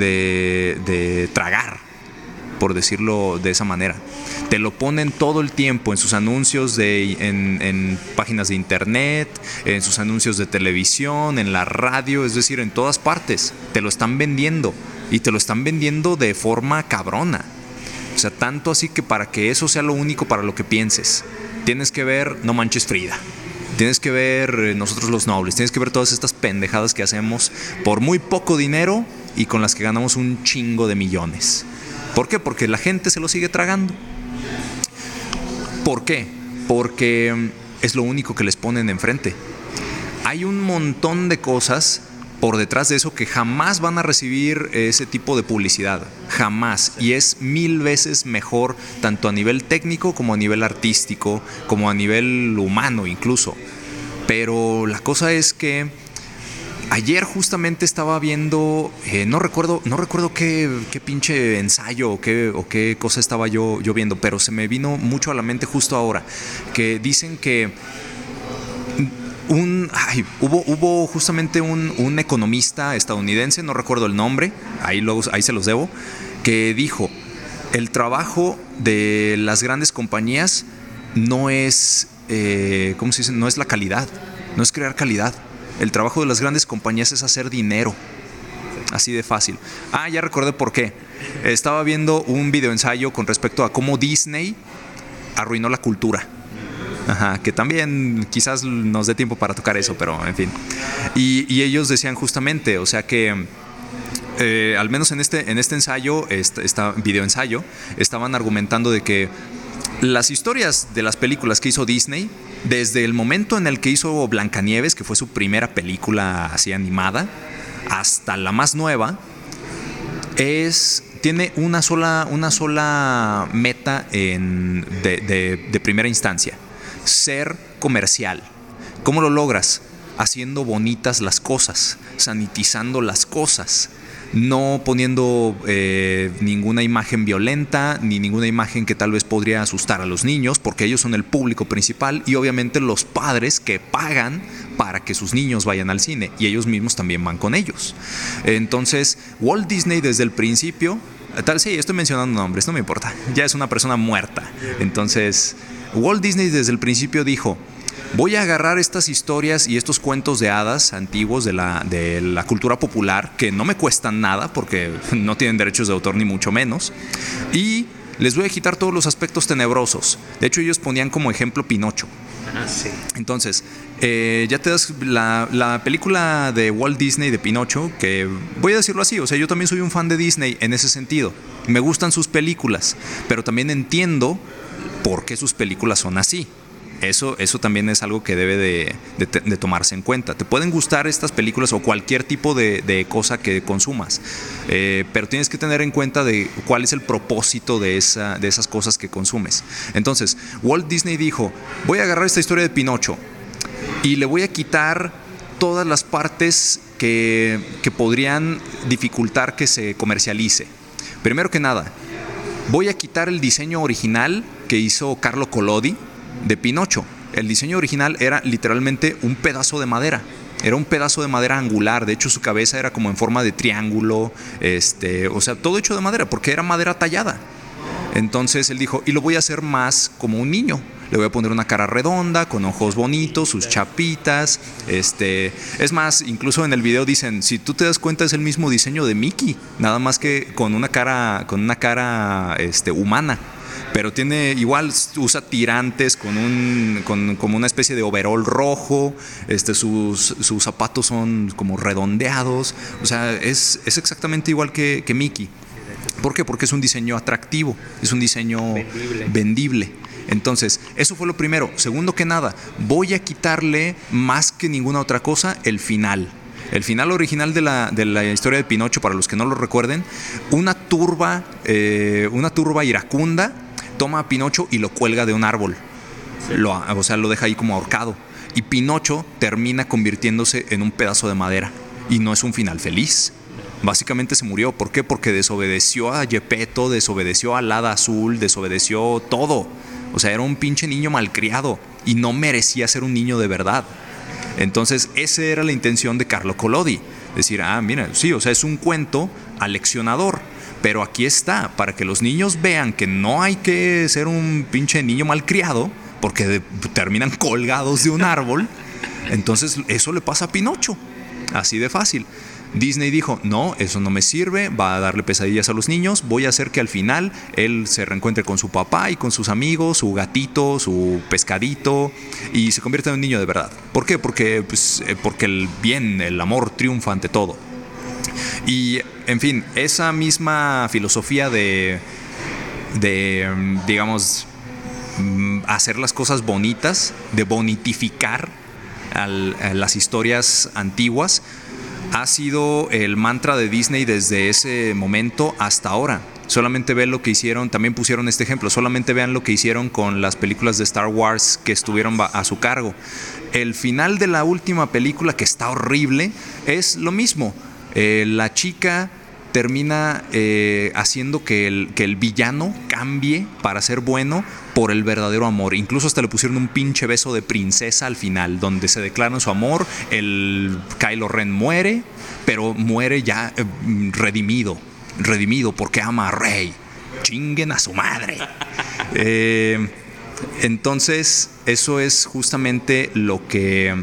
tragar, por decirlo de esa manera. Te lo ponen todo el tiempo en sus anuncios en páginas de internet, en sus anuncios de televisión, en la radio, es decir, en todas partes. Te lo están vendiendo y te lo están vendiendo de forma cabrona. O sea, tanto así que para que eso sea lo único para lo que pienses, tienes que ver No Manches Frida. Tienes que ver Nosotros los Nobles, tienes que ver todas estas pendejadas que hacemos por muy poco dinero y con las que ganamos un chingo de millones. ¿Por qué? Porque la gente se lo sigue tragando. ¿Por qué? Porque es lo único que les ponen enfrente. Hay un montón de cosas por detrás de eso que jamás van a recibir ese tipo de publicidad, jamás, y es 1000 veces mejor tanto a nivel técnico como a nivel artístico, como a nivel humano incluso. Pero la cosa es que ayer justamente estaba viendo, no recuerdo qué pinche ensayo o qué cosa estaba yo viendo, pero se me vino mucho a la mente justo ahora, que dicen que hubo justamente un economista estadounidense, no recuerdo el nombre, ahí se los debo, que dijo: el trabajo de las grandes compañías no es, ¿cómo se dice? No es la calidad, no es crear calidad. El trabajo de las grandes compañías es hacer dinero. Así de fácil. Ya recordé por qué. Estaba viendo un videoensayo con respecto a cómo Disney arruinó la cultura. Ajá, que también quizás nos dé tiempo para tocar eso, pero en fin. Y ellos decían justamente, o sea que al menos en este ensayo, este videoensayo, estaban argumentando de que las historias de las películas que hizo Disney, desde el momento en el que hizo Blancanieves, que fue su primera película así animada, hasta la más nueva, tiene una sola meta de primera instancia: ser comercial. ¿Cómo lo logras? Haciendo bonitas las cosas, sanitizando las cosas, no poniendo ninguna imagen violenta ni ninguna imagen que tal vez podría asustar a los niños, porque ellos son el público principal y obviamente los padres que pagan para que sus niños vayan al cine, y ellos mismos también van con ellos. Entonces Walt Disney desde el principio, sí, estoy mencionando nombres, no me importa, ya es una persona muerta. Entonces Walt Disney desde el principio dijo: voy a agarrar estas historias y estos cuentos de hadas antiguos de la cultura popular, que no me cuestan nada porque no tienen derechos de autor ni mucho menos, y les voy a quitar todos los aspectos tenebrosos. De hecho, ellos ponían como ejemplo Pinocho. Ah, sí. Entonces, ya te das la película de Walt Disney de Pinocho, que voy a decirlo así, o sea, yo también soy un fan de Disney en ese sentido. Me gustan sus películas, pero también entiendo por qué sus películas son así. Eso también es algo que debe de tomarse en cuenta. Te pueden gustar estas películas o cualquier tipo de cosa que consumas, pero tienes que tener en cuenta de cuál es el propósito de esas cosas que consumes. Entonces, Walt Disney dijo, voy a agarrar esta historia de Pinocho y le voy a quitar todas las partes que podrían dificultar que se comercialice. Primero que nada, voy a quitar el diseño original que hizo Carlo Collodi de Pinocho. El diseño original era literalmente un pedazo de madera. Era un pedazo de madera angular. De hecho, su cabeza era como en forma de triángulo. O sea, todo hecho de madera, porque era madera tallada. Entonces él dijo, y lo voy a hacer más como un niño. Le voy a poner una cara redonda, con ojos bonitos, sus chapitas. Es más, incluso en el video dicen, si tú te das cuenta, es el mismo diseño de Mickey, nada más que con una cara humana. Pero tiene igual, usa tirantes como una especie de overol rojo. Sus zapatos son como redondeados. O sea, es exactamente igual que Mickey. ¿Por qué? Porque es un diseño atractivo, es un diseño vendible. Entonces, eso fue lo primero. Segundo que nada, voy a quitarle más que ninguna otra cosa el final. El final original de la historia de Pinocho, para los que no lo recuerden, una turba iracunda toma a Pinocho y lo cuelga de un árbol. Sí. Lo deja ahí como ahorcado. Y Pinocho termina convirtiéndose en un pedazo de madera. Y no es un final feliz. Básicamente se murió. ¿Por qué? Porque desobedeció a Gepetto, desobedeció al Hada Azul, desobedeció todo. O sea, era un pinche niño malcriado y no merecía ser un niño de verdad. Entonces, esa era la intención de Carlo Collodi. Decir, mira, sí, o sea, es un cuento aleccionador. Pero aquí está, para que los niños vean que no hay que ser un pinche niño malcriado, porque terminan colgados de un árbol. Entonces, eso le pasa a Pinocho. Así de fácil. Disney dijo, no, eso no me sirve, va a darle pesadillas a los niños, voy a hacer que al final él se reencuentre con su papá y con sus amigos, su gatito, su pescadito, y se convierta en un niño de verdad. ¿Por qué? Porque el bien, el amor triunfa ante todo. Y, en fin, esa misma filosofía de digamos, hacer las cosas bonitas, de bonitificar a las historias antiguas, ha sido el mantra de Disney desde ese momento hasta ahora. Solamente vean lo que hicieron, también pusieron este ejemplo, solamente vean lo que hicieron con las películas de Star Wars que estuvieron a su cargo. El final de la última película, que está horrible, es lo mismo. La chica termina haciendo que el villano cambie para ser bueno por el verdadero amor. Incluso hasta le pusieron un pinche beso de princesa al final, donde se declaran su amor. El Kylo Ren muere, pero muere ya redimido porque ama a Rey. Chinguen a su madre. Entonces, eso es justamente lo que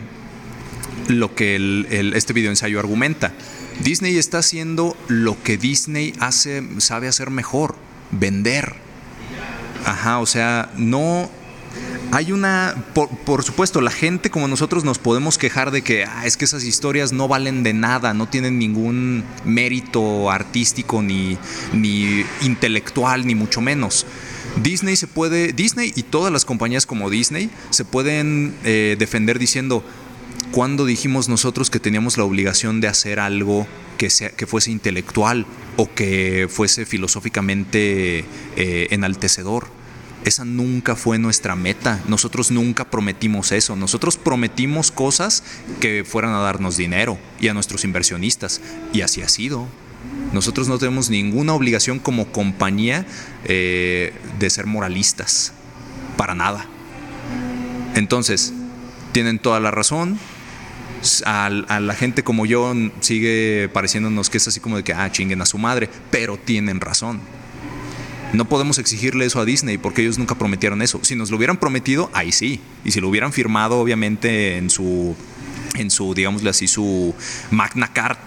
este video ensayo argumenta. Disney está haciendo lo que Disney sabe hacer mejor: vender. O sea, no hay por supuesto, la gente como nosotros nos podemos quejar de que es que esas historias no valen de nada, no tienen ningún mérito artístico ni intelectual, ni mucho menos. Disney y todas las compañías como Disney se pueden defender diciendo: ¿cuándo dijimos nosotros que teníamos la obligación de hacer algo que fuese intelectual o que fuese filosóficamente enaltecedor? Esa nunca fue nuestra meta. Nosotros nunca prometimos eso. Nosotros prometimos cosas que fueran a darnos dinero y a nuestros inversionistas. Y así ha sido. Nosotros no tenemos ninguna obligación como compañía de ser moralistas. Para nada. Entonces, tienen toda la razón. A la gente como yo sigue pareciéndonos que es así como de que chinguen a su madre, pero tienen razón. No podemos exigirle eso a Disney porque ellos nunca prometieron eso. Si nos lo hubieran prometido, ahí sí. Y si lo hubieran firmado, obviamente, en su digámosle así, su magna carta,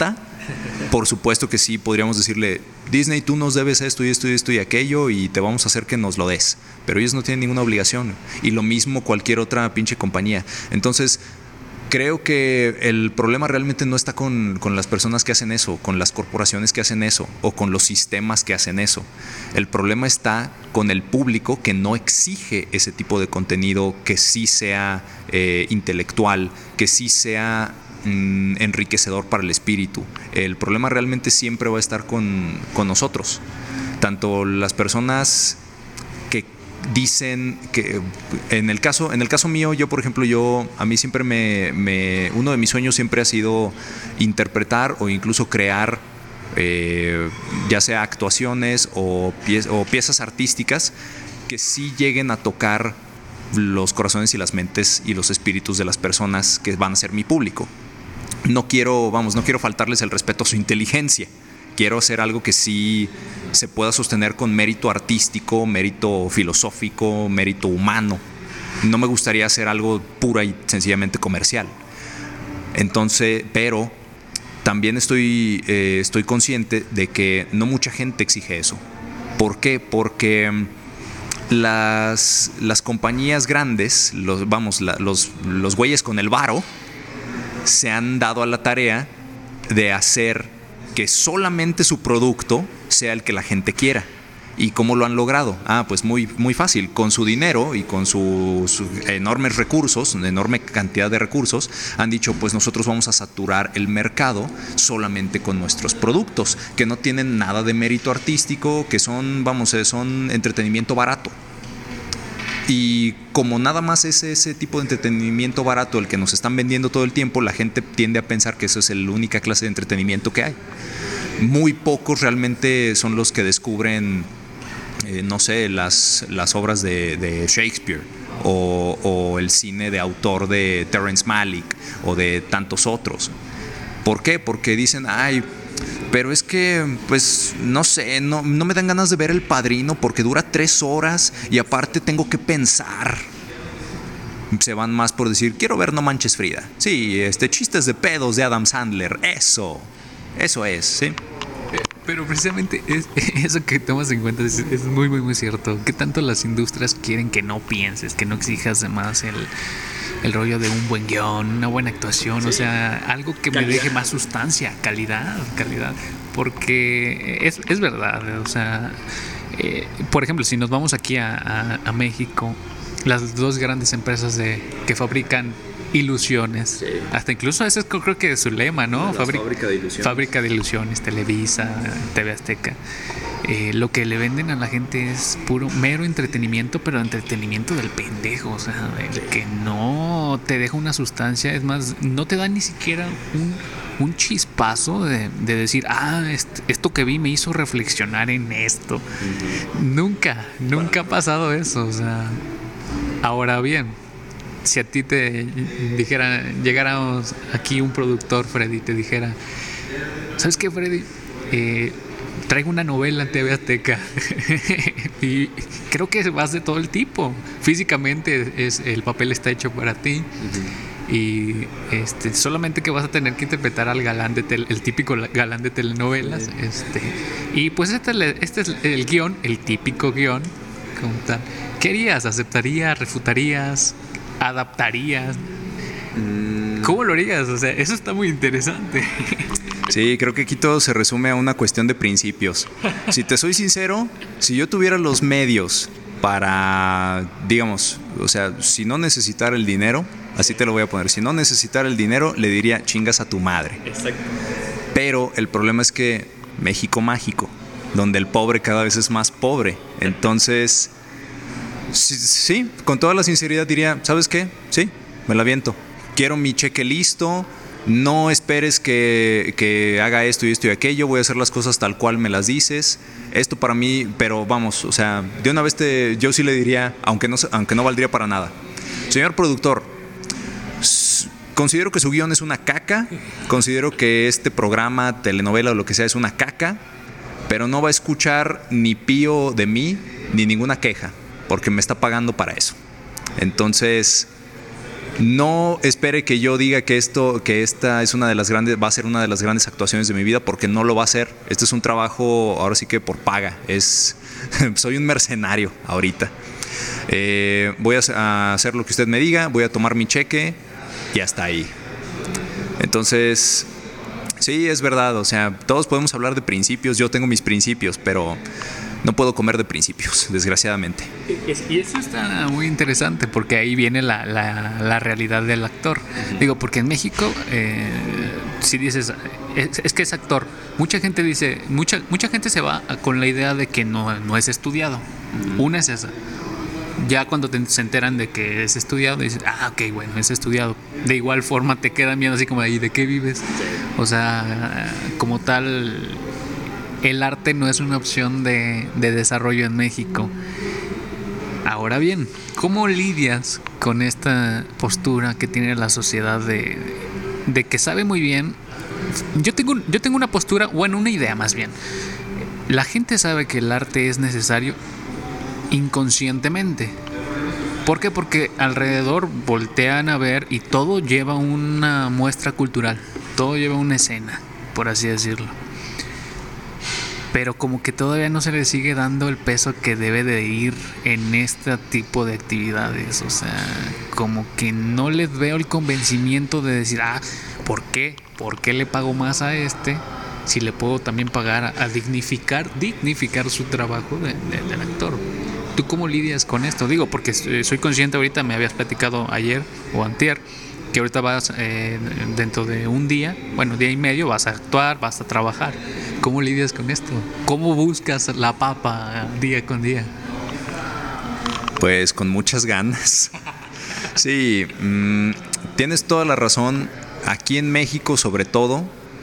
Por supuesto que sí, podríamos decirle, Disney, tú nos debes esto y esto y esto y aquello y te vamos a hacer que nos lo des. Pero ellos no tienen ninguna obligación. Y lo mismo cualquier otra pinche compañía. Entonces, creo que el problema realmente no está con las personas que hacen eso, con las corporaciones que hacen eso o con los sistemas que hacen eso. El problema está con el público que no exige ese tipo de contenido que sí sea intelectual, que sí sea enriquecedor para el espíritu. El problema realmente siempre va a estar con nosotros. Tanto las personas que dicen que en el caso mío, yo por ejemplo, a mí siempre uno de mis sueños siempre ha sido interpretar o incluso crear ya sea actuaciones o piezas artísticas que sí lleguen a tocar los corazones y las mentes y los espíritus de las personas que van a ser mi público. No quiero faltarles el respeto a su inteligencia. Quiero hacer algo que sí se pueda sostener con mérito artístico, mérito filosófico, mérito humano. No me gustaría hacer algo pura y sencillamente comercial. Entonces, pero también estoy consciente de que no mucha gente exige eso. ¿Por qué? Porque las compañías grandes, los güeyes con el varo, se han dado a la tarea de hacer que solamente su producto sea el que la gente quiera. ¿Y cómo lo han logrado? Pues muy, muy fácil. Con su dinero y con sus enormes recursos, una enorme cantidad de recursos, han dicho, pues nosotros vamos a saturar el mercado solamente con nuestros productos, que no tienen nada de mérito artístico, que son entretenimiento barato. Y como nada más es ese tipo de entretenimiento barato el que nos están vendiendo todo el tiempo, la gente tiende a pensar que eso es la única clase de entretenimiento que hay. Muy pocos realmente son los que descubren, no sé, las obras de Shakespeare o el cine de autor de Terrence Malick o de tantos otros. ¿Por qué? Porque dicen, pero es que, pues, no sé, no me dan ganas de ver El Padrino porque dura 3 horas y aparte tengo que pensar. Se van más por decir, quiero ver No Manches Frida. Sí, chistes de pedos de Adam Sandler, eso es, ¿sí? Pero precisamente eso que tomas en cuenta es muy, muy, muy cierto. ¿Qué tanto las industrias quieren que no pienses, que no exijas de más el rollo de un buen guión, una buena actuación? Sí. O sea, algo que calidad. Me deje más sustancia, calidad. Porque es verdad, o sea, por ejemplo, si nos vamos aquí a México, las 2 grandes empresas que fabrican ilusiones, sí. Hasta incluso ese es creo que es su lema, ¿no? Fábrica de ilusiones. Fábrica de ilusiones, Televisa, TV Azteca. Lo que le venden a la gente es puro mero entretenimiento, pero entretenimiento del pendejo, o sea, el que no te deja una sustancia, es más, no te da ni siquiera un chispazo de decir, esto que vi me hizo reflexionar en esto. Uh-huh. Nunca ha pasado eso, o sea. Ahora bien, si a ti te dijera, llegáramos aquí un productor, Freddy, te dijera, ¿sabes qué, Freddy? Traigo una novela en TV Azteca y creo que vas de todo el tipo. Físicamente el papel está hecho para ti. Uh-huh. Y solamente que vas a tener que interpretar al galán el típico galán de telenovelas. Y pues este es el guión, el típico guión, como tal. ¿Qué harías? ¿Aceptarías? ¿Refutarías? ¿Adaptarías? ¿Cómo lo harías? O sea, eso está muy interesante. Sí, creo que aquí todo se resume a una cuestión de principios. Si te soy sincero, si yo tuviera los medios para, digamos, o sea, si no necesitara el dinero, así te lo voy a poner, si no necesitara el dinero, le diría, chingas a tu madre. Exacto. Pero el problema es que México mágico, donde el pobre cada vez es más pobre. Entonces, sí, con toda la sinceridad diría, ¿sabes qué? Sí, me la aviento. Quiero mi cheque listo. No esperes que haga esto y esto y aquello. Voy a hacer las cosas tal cual me las dices. Esto para mí, pero vamos, o sea, de una vez yo sí le diría, aunque no valdría para nada. Señor productor, considero que su guión es una caca. Considero que este programa, telenovela o lo que sea es una caca. Pero no va a escuchar ni pío de mí ni ninguna queja, porque me está pagando para eso. Entonces, No espere que yo diga que esta es una de las grandes, va a ser una de las grandes actuaciones de mi vida, porque no lo va a ser. Este es un trabajo, ahora sí que por paga. Soy un mercenario ahorita. Voy a hacer lo que usted me diga, voy a tomar mi cheque y hasta ahí. Entonces, sí, es verdad. O sea, todos podemos hablar de principios. Yo tengo mis principios, pero no puedo comer de principios, desgraciadamente. Y eso está muy interesante, porque ahí viene la realidad del actor. Digo, porque en México, si dices, es que es actor, mucha gente dice, mucha gente se va con la idea de que no es estudiado. Una es esa. Ya cuando se enteran de que es estudiado, dicen, ok, bueno, es estudiado. De igual forma te quedan viendo así como, ¿y de qué vives? O sea, como tal, el arte no es una opción de desarrollo en México. Ahora bien, ¿cómo lidias con esta postura que tiene la sociedad de que sabe muy bien? Yo tengo una postura, bueno, una idea más bien. La gente sabe que el arte es necesario inconscientemente. ¿Por qué? Porque alrededor voltean a ver y todo lleva una muestra cultural, todo lleva una escena, por así decirlo. Pero como que todavía no se le sigue dando el peso que debe de ir en este tipo de actividades. O sea, como que no les veo el convencimiento de decir, ¿por qué? ¿Por qué le pago más a este si le puedo también pagar a dignificar su trabajo del actor? ¿Tú cómo lidias con esto? Digo, porque soy consciente, ahorita me habías platicado ayer o antier, que ahorita vas dentro de un día, bueno, día y medio, vas a actuar, vas a trabajar. ¿Cómo lidias con esto? ¿Cómo buscas la papa día con día? Pues con muchas ganas. Sí, tienes toda la razón. Aquí en México, sobre todo,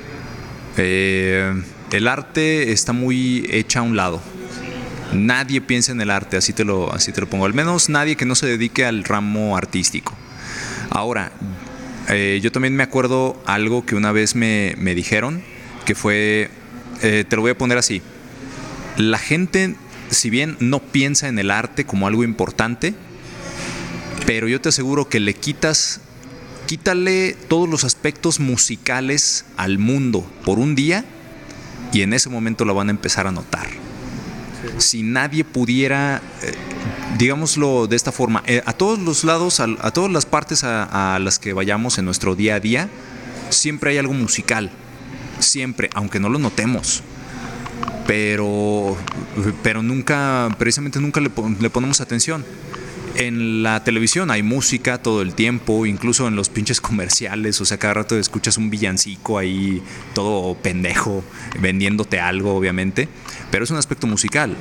el arte está muy hecha a un lado. Nadie piensa en el arte, así te lo pongo. Al menos nadie que no se dedique al ramo artístico. Ahora, yo también me acuerdo algo que una vez me dijeron, que fue, te lo voy a poner así. La gente, si bien no piensa en el arte como algo importante, pero yo te aseguro que quítale todos los aspectos musicales al mundo por un día y en ese momento lo van a empezar a notar. Si nadie pudiera, digámoslo de esta forma, a todos los lados, a todas las partes a las que vayamos en nuestro día a día, siempre hay algo musical, siempre, aunque no lo notemos, pero precisamente nunca le ponemos atención. En la televisión hay música todo el tiempo, incluso en los pinches comerciales, o sea, cada rato escuchas un villancico ahí todo pendejo vendiéndote algo, obviamente, pero es un aspecto musical.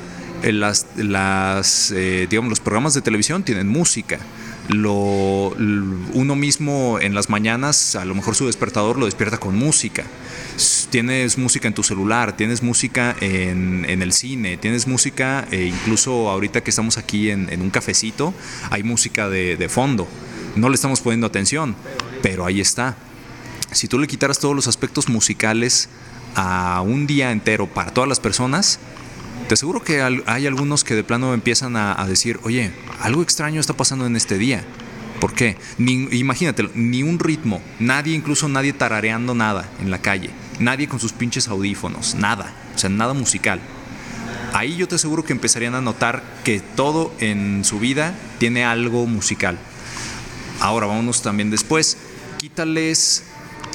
Digamos, los programas de televisión tienen música. Uno mismo en las mañanas, a lo mejor su despertador lo despierta con música. Tienes música en tu celular, tienes música en el cine, tienes música, incluso ahorita que estamos aquí en un cafecito, hay música de fondo. No le estamos poniendo atención, pero ahí está. Si tú le quitaras todos los aspectos musicales a un día entero para todas las personas, te aseguro que hay algunos que de plano empiezan a decir, oye, algo extraño está pasando en este día. ¿Por qué? Imagínate, ni un ritmo, incluso nadie tarareando nada en la calle, nadie con sus pinches audífonos, nada, o sea, nada musical. Ahí yo te aseguro que empezarían a notar que todo en su vida tiene algo musical. Ahora vámonos también después, quítales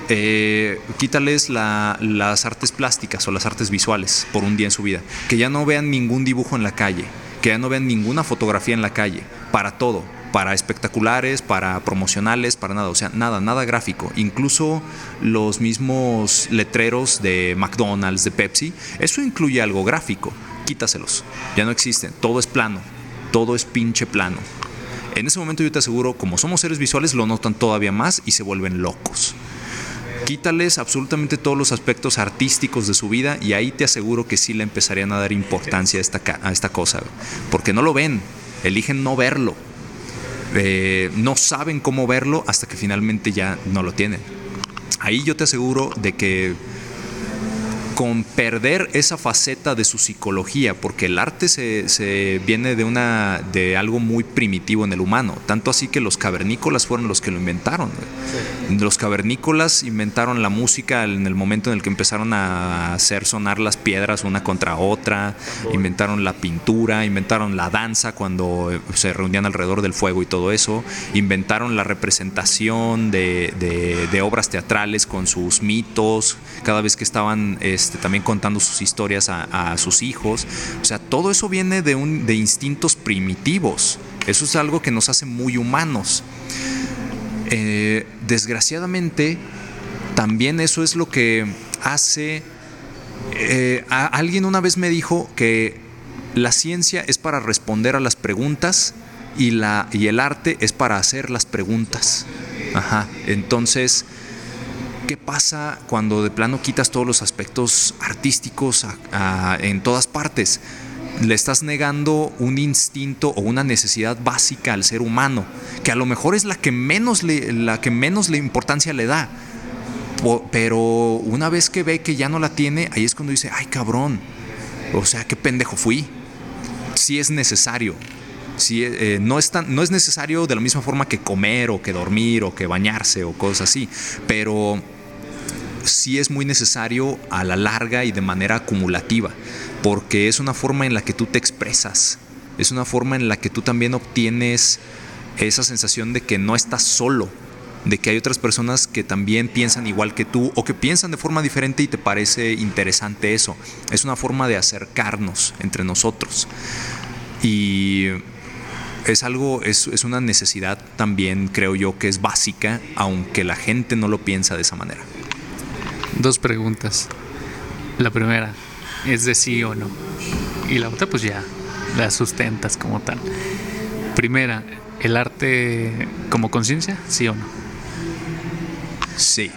las artes plásticas o las artes visuales por un día en su vida, que ya no vean ningún dibujo en la calle, que ya no vean ninguna fotografía en la calle, para todo, para espectaculares, para promocionales, para nada, o sea, nada gráfico. Incluso los mismos letreros de McDonald's, de Pepsi, eso incluye algo gráfico. Quítaselos, ya no existen, todo es plano, todo es pinche plano. En ese momento yo te aseguro, como somos seres visuales, lo notan todavía más y se vuelven locos. Quítales absolutamente todos los aspectos artísticos de su vida y ahí te aseguro que sí le empezarían a dar importancia a esta cosa, porque no lo ven, eligen no verlo. No saben cómo verlo hasta que finalmente ya no lo tienen. Ahí yo te aseguro de que con perder esa faceta de su psicología, porque el arte se viene de algo muy primitivo en el humano, tanto así que los cavernícolas fueron los que lo inventaron. Sí. Los cavernícolas inventaron la música en el momento en el que empezaron a hacer sonar las piedras una contra otra, inventaron la pintura, inventaron la danza cuando se reunían alrededor del fuego y todo eso, inventaron la representación de obras teatrales con sus mitos, cada vez que estaban también contando sus historias a sus hijos. O sea, todo eso viene de instintos primitivos. Eso es algo que nos hace muy humanos. Desgraciadamente, también eso es lo que hace... alguien una vez me dijo que la ciencia es para responder a las preguntas y el arte es para hacer las preguntas. Ajá. Entonces, ¿qué pasa cuando de plano quitas todos los aspectos artísticos en todas partes? Le estás negando un instinto o una necesidad básica al ser humano, que a lo mejor es la que menos le importancia le da. Pero una vez que ve que ya no la tiene, ahí es cuando dice, ay cabrón, o sea, qué pendejo fui. Sí es necesario. Sí, no es necesario de la misma forma que comer o que dormir o que bañarse o cosas así, pero sí es muy necesario a la larga y de manera acumulativa, porque es una forma en la que tú te expresas, es una forma en la que tú también obtienes esa sensación de que no estás solo, de que hay otras personas que también piensan igual que tú o que piensan de forma diferente y te parece interesante eso. Es una forma de acercarnos entre nosotros y es una necesidad también, creo yo, que es básica, aunque la gente no lo piensa de esa manera. 2 preguntas. La primera es de sí o no, y la otra pues ya la sustentas como tal. Primera, ¿el arte como conciencia? ¿Sí o no? Sí.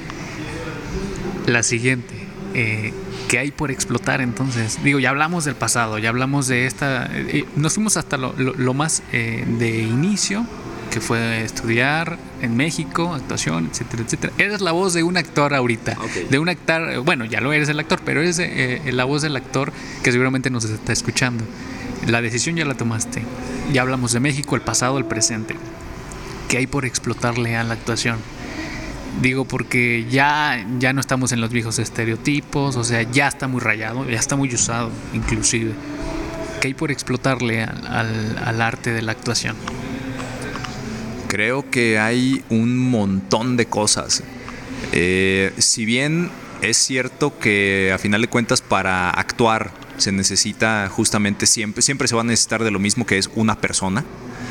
La siguiente, ¿qué hay por explotar entonces? Digo, ya hablamos del pasado, ya hablamos de esta... nos fuimos hasta lo más de inicio, que fue estudiar en México, actuación, etcétera, etcétera. Eres la voz de un actor ahorita. Okay. De un actor, bueno, ya lo eres el actor, pero eres la voz del actor que seguramente nos está escuchando. La decisión ya la tomaste. Ya hablamos de México, el pasado, el presente. ¿Qué hay por explotarle a la actuación? Digo, porque ya no estamos en los viejos estereotipos, o sea, ya está muy rayado, ya está muy usado, inclusive. ¿Qué hay por explotarle al arte de la actuación? Creo que hay un montón de cosas. Si bien es cierto que a final de cuentas para actuar se necesita justamente siempre se va a necesitar de lo mismo, que es una persona.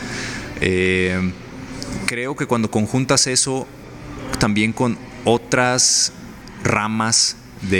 Creo que cuando conjuntas eso también con otras ramas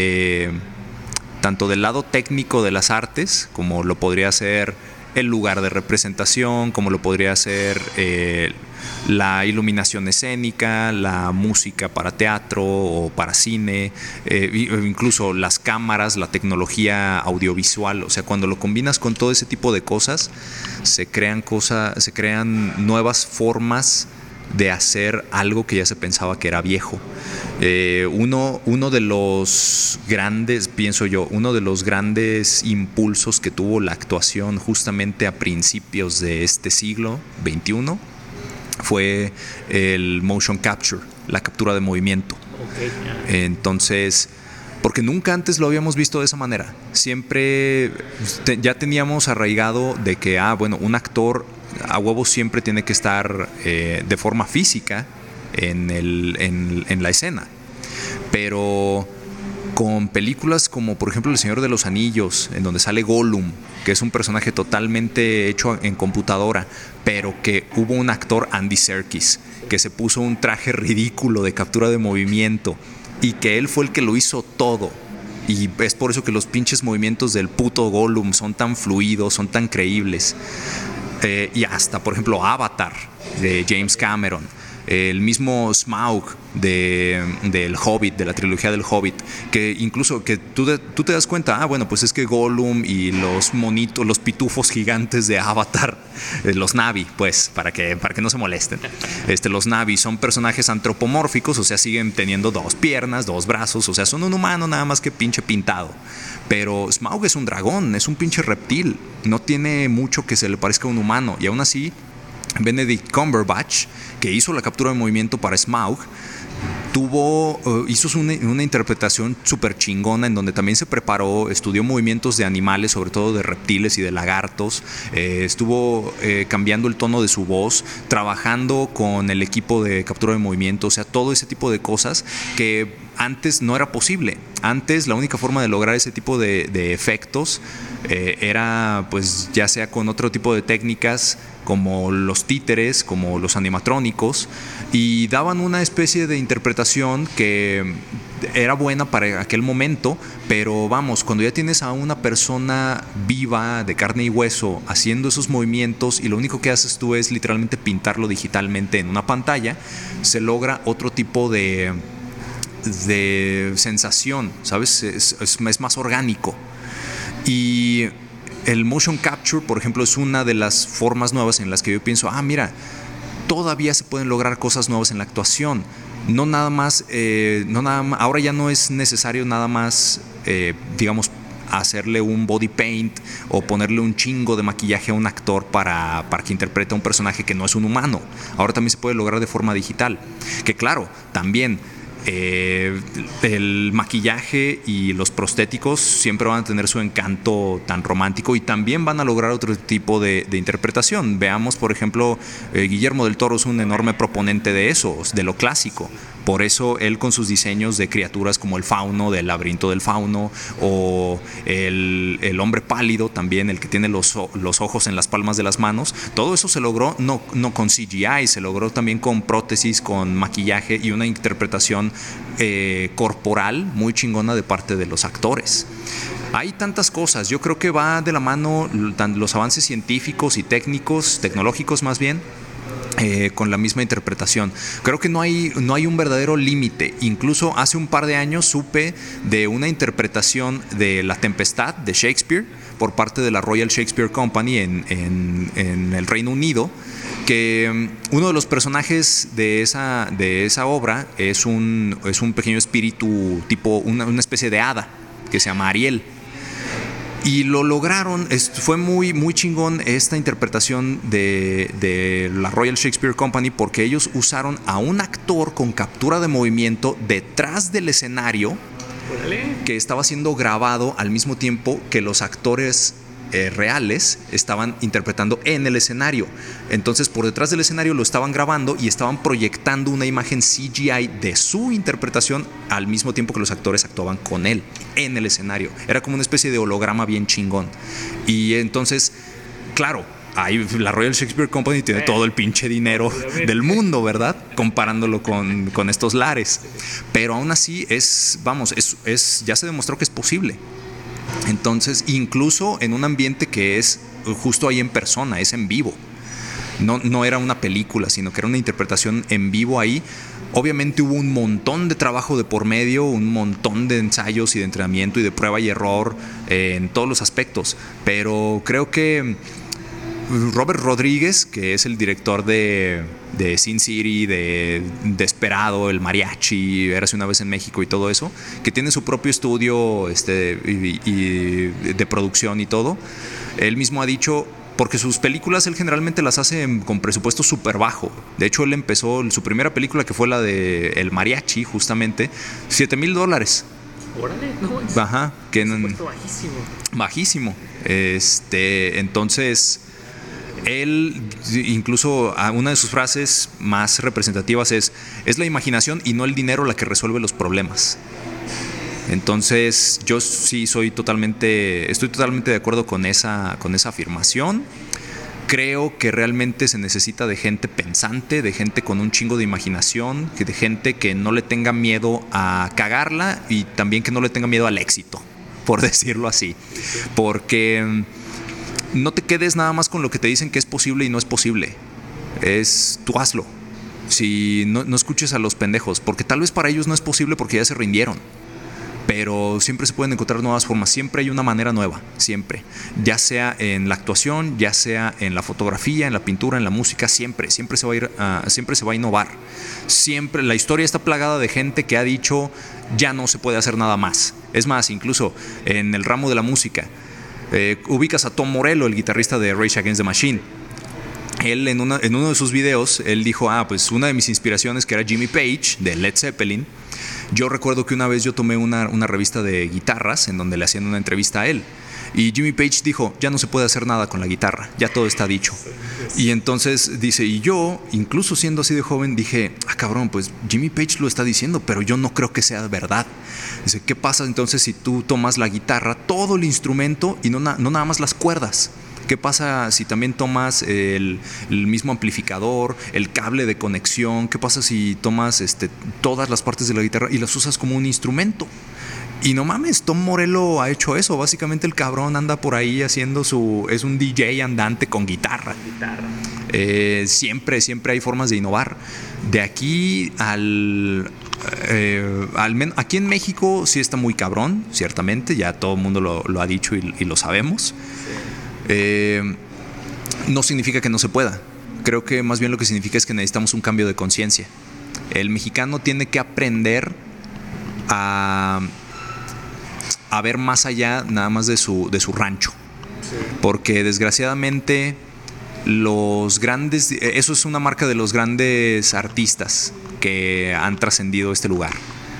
tanto del lado técnico de las artes, como lo podría ser el lugar de representación, como lo podría ser la iluminación escénica, la música para teatro o para cine, incluso las cámaras, la tecnología audiovisual. O sea, cuando lo combinas con todo ese tipo de cosas, se crean nuevas formas de hacer algo que ya se pensaba que era viejo. Uno de los grandes, pienso yo, uno de los grandes impulsos que tuvo la actuación justamente a principios de este siglo XXI fue el motion capture, la captura de movimiento. Okay. Entonces, porque nunca antes lo habíamos visto de esa manera. Siempre ya teníamos arraigado de que, un actor a huevo siempre tiene que estar de forma física en la escena. Pero con películas como por ejemplo El Señor de los Anillos, en donde sale Gollum, que es un personaje totalmente hecho en computadora, pero que hubo un actor, Andy Serkis, que se puso un traje ridículo de captura de movimiento y que él fue el que lo hizo todo. Y es por eso que los pinches movimientos del puto Gollum son tan fluidos, son tan creíbles. Y hasta, por ejemplo, Avatar de James Cameron. el mismo Smaug del Hobbit, de la trilogía del Hobbit, que incluso que tú te das cuenta, bueno, pues es que Gollum y los monitos, los pitufos gigantes de Avatar, los Na'vi, pues, para que no se molesten, los Na'vi son personajes antropomórficos, o sea, siguen teniendo 2 piernas, 2 brazos, o sea, son un humano nada más que pinche pintado. Pero Smaug es un dragón, es un pinche reptil, no tiene mucho que se le parezca a un humano, y aún así Benedict Cumberbatch, que hizo la captura de movimiento para Smaug, hizo una interpretación súper chingona en donde también se preparó, estudió movimientos de animales, sobre todo de reptiles y de lagartos, estuvo cambiando el tono de su voz, trabajando con el equipo de captura de movimiento, o sea, todo ese tipo de cosas que antes no era posible. Antes la única forma de lograr ese tipo de efectos era pues ya sea con otro tipo de técnicas como los títeres, como los animatrónicos, y daban una especie de interpretación que era buena para aquel momento, pero vamos, cuando ya tienes a una persona viva, de carne y hueso, haciendo esos movimientos y lo único que haces tú es literalmente pintarlo digitalmente en una pantalla, se logra otro tipo de sensación, ¿sabes? Es más orgánico. Y el motion capture, por ejemplo, es una de las formas nuevas en las que yo pienso, mira, todavía se pueden lograr cosas nuevas en la actuación. No nada más, ahora ya no es necesario nada más, digamos, hacerle un body paint o ponerle un chingo de maquillaje a un actor para que interprete a un personaje que no es un humano. Ahora también se puede lograr de forma digital. Que claro, también el maquillaje y los prostéticos siempre van a tener su encanto tan romántico y también van a lograr otro tipo de interpretación. Veamos, por ejemplo, Guillermo del Toro es un enorme proponente de eso, de lo clásico. Por eso él con sus diseños de criaturas como el fauno, del laberinto del fauno, o el hombre pálido también, el que tiene los ojos en las palmas de las manos, todo eso se logró no con CGI, se logró también con prótesis, con maquillaje y una interpretación corporal muy chingona de parte de los actores. Hay tantas cosas, yo creo que va de la mano los avances científicos y técnicos, tecnológicos más bien, con la misma interpretación. Creo que no hay un verdadero límite. Incluso hace un par de años supe de una interpretación de La Tempestad de Shakespeare por parte de la Royal Shakespeare Company en el Reino Unido, que uno de los personajes de esa obra es un pequeño espíritu tipo una especie de hada que se llama Ariel. Y lo lograron, fue muy, muy chingón esta interpretación de la Royal Shakespeare Company, porque ellos usaron a un actor con captura de movimiento detrás del escenario que estaba siendo grabado al mismo tiempo que los actores reales estaban interpretando en el escenario. Entonces por detrás del escenario lo estaban grabando y estaban proyectando una imagen CGI de su interpretación al mismo tiempo que los actores actuaban con él en el escenario. Era como una especie de holograma bien chingón. Y entonces, claro, ahí la Royal Shakespeare Company tiene todo el pinche dinero del mundo, ¿verdad? Comparándolo con estos lares. Pero aún así ya se demostró que es posible. Entonces, incluso en un ambiente que es justo ahí en persona, es en vivo. No era una película, sino que era una interpretación en vivo ahí. Obviamente hubo un montón de trabajo de por medio, un montón de ensayos y de entrenamiento y de prueba y error en todos los aspectos. Pero creo que Robert Rodríguez, que es el director de Sin City, de Desperado, El Mariachi, Érase una vez en México y todo eso, que tiene su propio estudio y de producción y todo, él mismo ha dicho, porque sus películas él generalmente las hace con presupuesto súper bajo. De hecho, él empezó su primera película, que fue la de El Mariachi, justamente, $7,000. Órale, no, es Ajá, que presupuesto bajísimo. Bajísimo. Entonces, él, incluso una de sus frases más representativas es la imaginación y no el dinero la que resuelve los problemas. Entonces yo sí estoy totalmente de acuerdo con esa afirmación. Creo que realmente se necesita de gente pensante, de gente con un chingo de imaginación, de gente que no le tenga miedo a cagarla y también que no le tenga miedo al éxito, por decirlo así. Porque no te quedes nada más con lo que te dicen que es posible y no es posible. Tú hazlo. si no escuches a los pendejos, porque tal vez para ellos no es posible porque ya se rindieron. Pero siempre se pueden encontrar nuevas formas, siempre hay una manera nueva, siempre. Ya sea en la actuación, ya sea en la fotografía, en la pintura, en la música, siempre se va a ir, siempre se va a innovar. Siempre, la historia está plagada de gente que ha dicho, ya no se puede hacer nada más. Es más, incluso en el ramo de la música, ubicas a Tom Morello, el guitarrista de Rage Against the Machine. Él en uno de sus videos, él dijo, pues una de mis inspiraciones, que era Jimmy Page, de Led Zeppelin. Yo recuerdo que una vez yo tomé una revista de guitarras en donde le hacían una entrevista a él. Y Jimmy Page dijo, ya no se puede hacer nada con la guitarra, ya todo está dicho. Y entonces dice, y yo, incluso siendo así de joven, dije, cabrón, pues Jimmy Page lo está diciendo, pero yo no creo que sea verdad. Dice, ¿qué pasa entonces si tú tomas la guitarra, todo el instrumento y no nada más las cuerdas? ¿Qué pasa si también tomas el mismo amplificador, el cable de conexión? ¿Qué pasa si tomas todas las partes de la guitarra y las usas como un instrumento? Y no mames, Tom Morello ha hecho eso. Básicamente el cabrón anda por ahí haciendo es un DJ andante con guitarra. Siempre hay formas de innovar. De aquí al menos aquí en México sí está muy cabrón, ciertamente. Ya todo el mundo lo ha dicho y lo sabemos. No significa que no se pueda. Creo que más bien lo que significa es que necesitamos un cambio de conciencia. El mexicano tiene que aprender a ver más allá nada más de su rancho. Porque desgraciadamente los grandes, eso es una marca de los grandes artistas que han trascendido este lugar.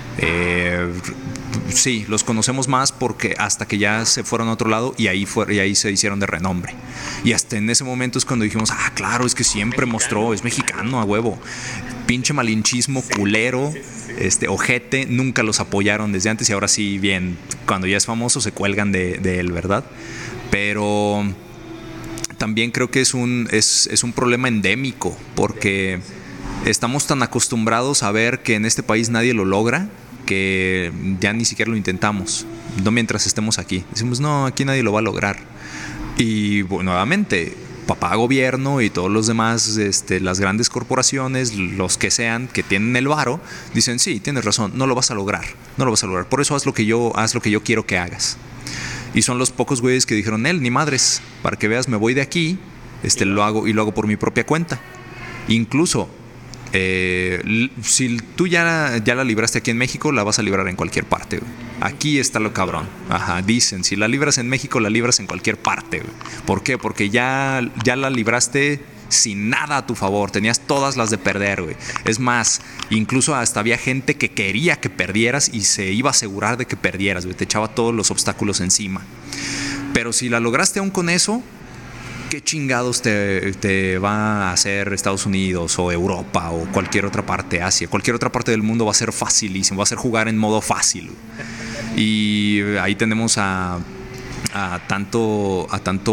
Sí, los conocemos más porque hasta que ya se fueron a otro lado y ahí se hicieron de renombre. Y hasta en ese momento es cuando dijimos, claro, es que siempre mostró, es mexicano a huevo. Pinche malinchismo culero, ojete, nunca los apoyaron desde antes y ahora sí, bien, cuando ya es famoso se cuelgan de él, ¿verdad? Pero también creo que es un problema endémico porque estamos tan acostumbrados a ver que en este país nadie lo logra que ya ni siquiera lo intentamos, no mientras estemos aquí. Decimos, no, aquí nadie lo va a lograr. Y nuevamente, papá gobierno y todos los demás, las grandes corporaciones, los que sean, que tienen el varo, dicen, sí, tienes razón, no lo vas a lograr. Por eso haz lo que yo quiero que hagas. Y son los pocos güeyes que dijeron, ni madres, para que veas, me voy de aquí, lo hago por mi propia cuenta. Incluso si tú ya la libraste aquí en México, la vas a librar en cualquier parte, güey. Aquí está lo cabrón. Dicen, si la libras en México, la libras en cualquier parte, güey. ¿Por qué? Porque ya la libraste sin nada a tu favor, tenías todas las de perder, güey. Es más, incluso hasta había gente que quería que perdieras y se iba a asegurar de que perdieras, güey. Te echaba todos los obstáculos encima. Pero si la lograste aún con eso, ¿qué chingados te va a hacer Estados Unidos o Europa o cualquier otra parte, Asia? Cualquier otra parte del mundo va a ser facilísimo, va a ser jugar en modo fácil. Y ahí tenemos a tanto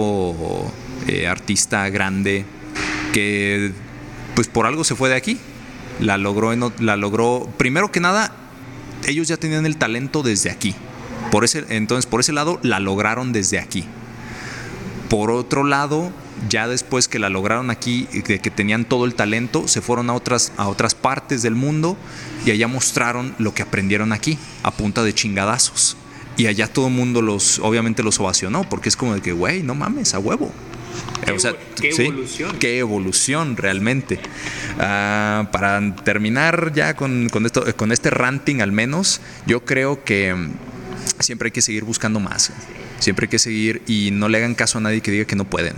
artista grande que pues por algo se fue de aquí. La logró, primero que nada, ellos ya tenían el talento desde aquí. Entonces por ese lado la lograron desde aquí. Por otro lado, ya después que la lograron aquí, que tenían todo el talento, se fueron a otras partes del mundo y allá mostraron lo que aprendieron aquí, a punta de chingadazos. Y allá todo el mundo obviamente los ovacionó, porque es como de que, güey, no mames, a huevo. ¿Qué evolución? Qué evolución realmente. Para terminar ya con este ranting al menos, yo creo que siempre hay que seguir buscando más. Siempre hay que seguir y no le hagan caso a nadie que diga que no pueden.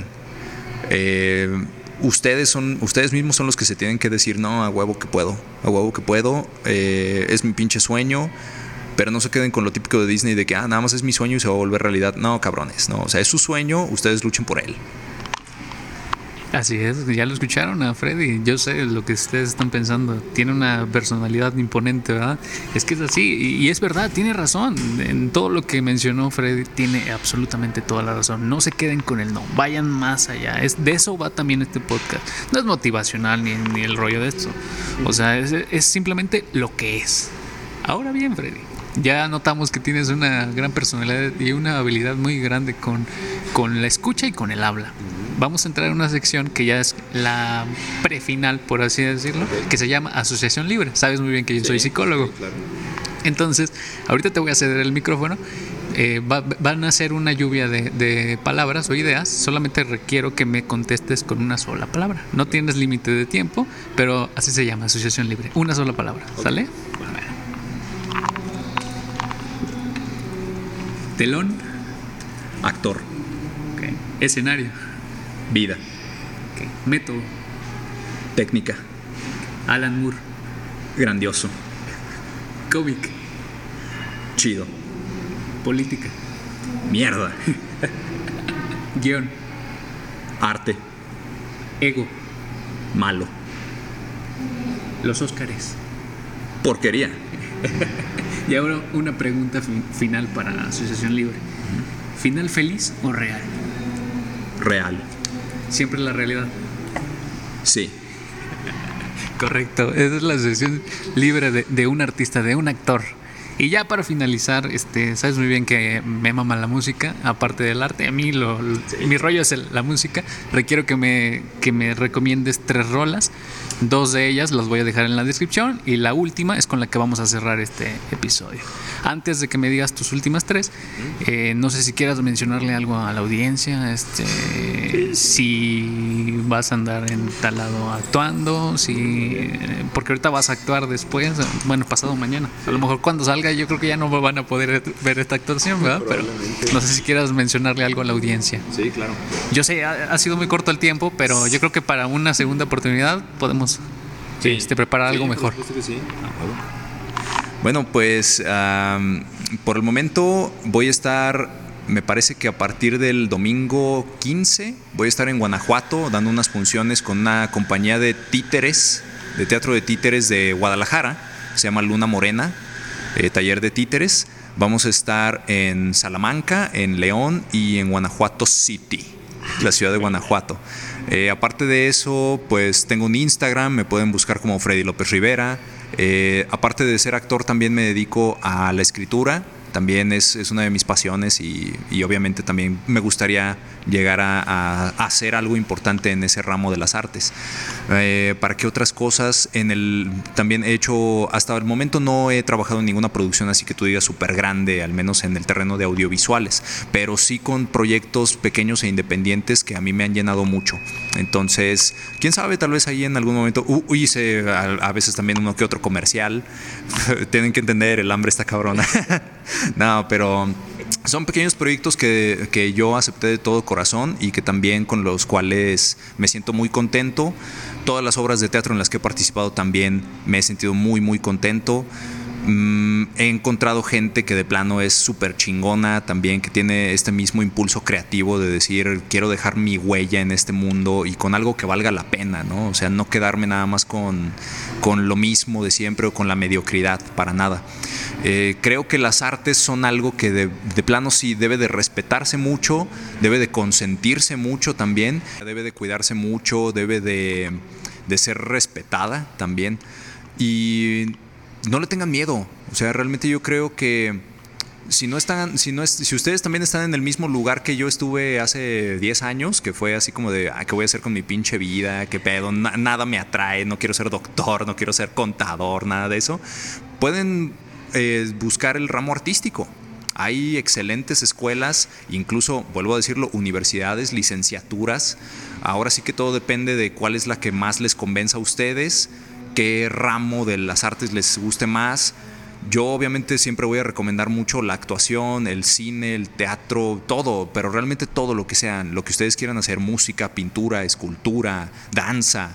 Ustedes mismos son los que se tienen que decir, no, a huevo que puedo, es mi pinche sueño. Pero no se queden con lo típico de Disney de que nada más es mi sueño y se va a volver realidad. No, cabrones, no, o sea, es su sueño, ustedes luchen por él. Así es, ya lo escucharon a Freddy. Yo sé lo que ustedes están pensando. Tiene una personalidad imponente, ¿verdad? Es que es así, y es verdad, tiene razón. En todo lo que mencionó Freddy, tiene absolutamente toda la razón. No se queden con el no, vayan más allá. De eso va también este podcast. No es motivacional ni el rollo de esto. O sea, es simplemente lo que es. Ahora bien, Freddy, ya notamos que tienes una gran personalidad y una habilidad muy grande con la escucha y con el habla. vamos a entrar en una sección que ya es la prefinal, por así decirlo, que se llama Asociación Libre. Sabes muy bien que yo soy psicólogo. Sí, claro. Entonces, ahorita te voy a ceder el micrófono. Van a ser una lluvia de palabras o ideas. Solamente requiero que me contestes con una sola palabra. No tienes límite de tiempo, pero así se llama, Asociación Libre. Una sola palabra, ¿sale? Bueno. Telón. Actor. Okay. Escenario. Vida. Okay. Método. Técnica. Alan Moore. Grandioso. Cómic. Chido. Política. Mierda. Guión. Arte. Ego. Malo. Los Óscares. Porquería. Y ahora una pregunta final para Asociación Libre. ¿Final feliz o real? Real. Siempre la realidad. Sí. Correcto. Esa es la Asociación Libre de un artista, de un actor. Y ya para finalizar, sabes muy bien que me mama la música, aparte del arte. A mí mi rollo es la música. Requiero que me recomiendes 3 rolas. 2 de ellas las voy a dejar en la descripción y la última es con la que vamos a cerrar este episodio. Antes de que me digas tus últimas 3, no sé si quieras mencionarle algo a la audiencia, si vas a andar en tal lado actuando, porque ahorita vas a actuar después, bueno, pasado mañana. A lo mejor cuando salga yo creo que ya no van a poder ver esta actuación, ¿verdad? Pero no sé si quieras mencionarle algo a la audiencia. Sí, claro. Yo sé, ha sido muy corto el tiempo, pero yo creo que para una segunda oportunidad podemos preparar algo mejor. Por supuesto que sí. Bueno, pues por el momento voy a estar, me parece que a partir del domingo 15 voy a estar en Guanajuato dando unas funciones con una compañía de títeres, de teatro de títeres de Guadalajara, se llama Luna Morena, taller de títeres. Vamos a estar en Salamanca, en León y en Guanajuato City, la ciudad de Guanajuato. Aparte de eso, pues tengo un Instagram, me pueden buscar como Freddy López Rivera. Aparte de ser actor, también me dedico a la escritura. También es una de mis pasiones y obviamente también me gustaría llegar a hacer algo importante en ese ramo de las artes. ¿Para qué otras cosas? También he hecho, hasta el momento no he trabajado en ninguna producción así que tú digas súper grande, al menos en el terreno de audiovisuales, pero sí con proyectos pequeños e independientes que a mí me han llenado mucho. Entonces, quién sabe, tal vez ahí en algún momento hice a veces también uno que otro comercial. Tienen que entender, el hambre está cabrona. No, pero son pequeños proyectos que yo acepté de todo corazón y que también con los cuales me siento muy contento. Todas las obras de teatro en las que he participado también me he sentido muy, muy contento. He encontrado gente que de plano es súper chingona también, que tiene este mismo impulso creativo de decir quiero dejar mi huella en este mundo y con algo que valga la pena, ¿no? O sea, no quedarme nada más con lo mismo de siempre o con la mediocridad, para nada. Creo que las artes son algo que de plano sí debe de respetarse mucho, debe de consentirse mucho también, debe de cuidarse mucho, debe de ser respetada también y no le tengan miedo. O sea, realmente yo creo que si ustedes también están en el mismo lugar que yo estuve hace 10 años, que fue así como de, ¿qué voy a hacer con mi pinche vida? ¿Qué pedo? Nada me atrae, no quiero ser doctor, no quiero ser contador, nada de eso. Pueden buscar el ramo artístico. Hay excelentes escuelas, incluso, vuelvo a decirlo, universidades, licenciaturas. Ahora sí que todo depende de cuál es la que más les convenza a ustedes, qué ramo de las artes les guste más. Yo obviamente siempre voy a recomendar mucho la actuación, el cine, el teatro, todo, pero realmente todo lo que sean, lo que ustedes quieran hacer, música, pintura, escultura, danza.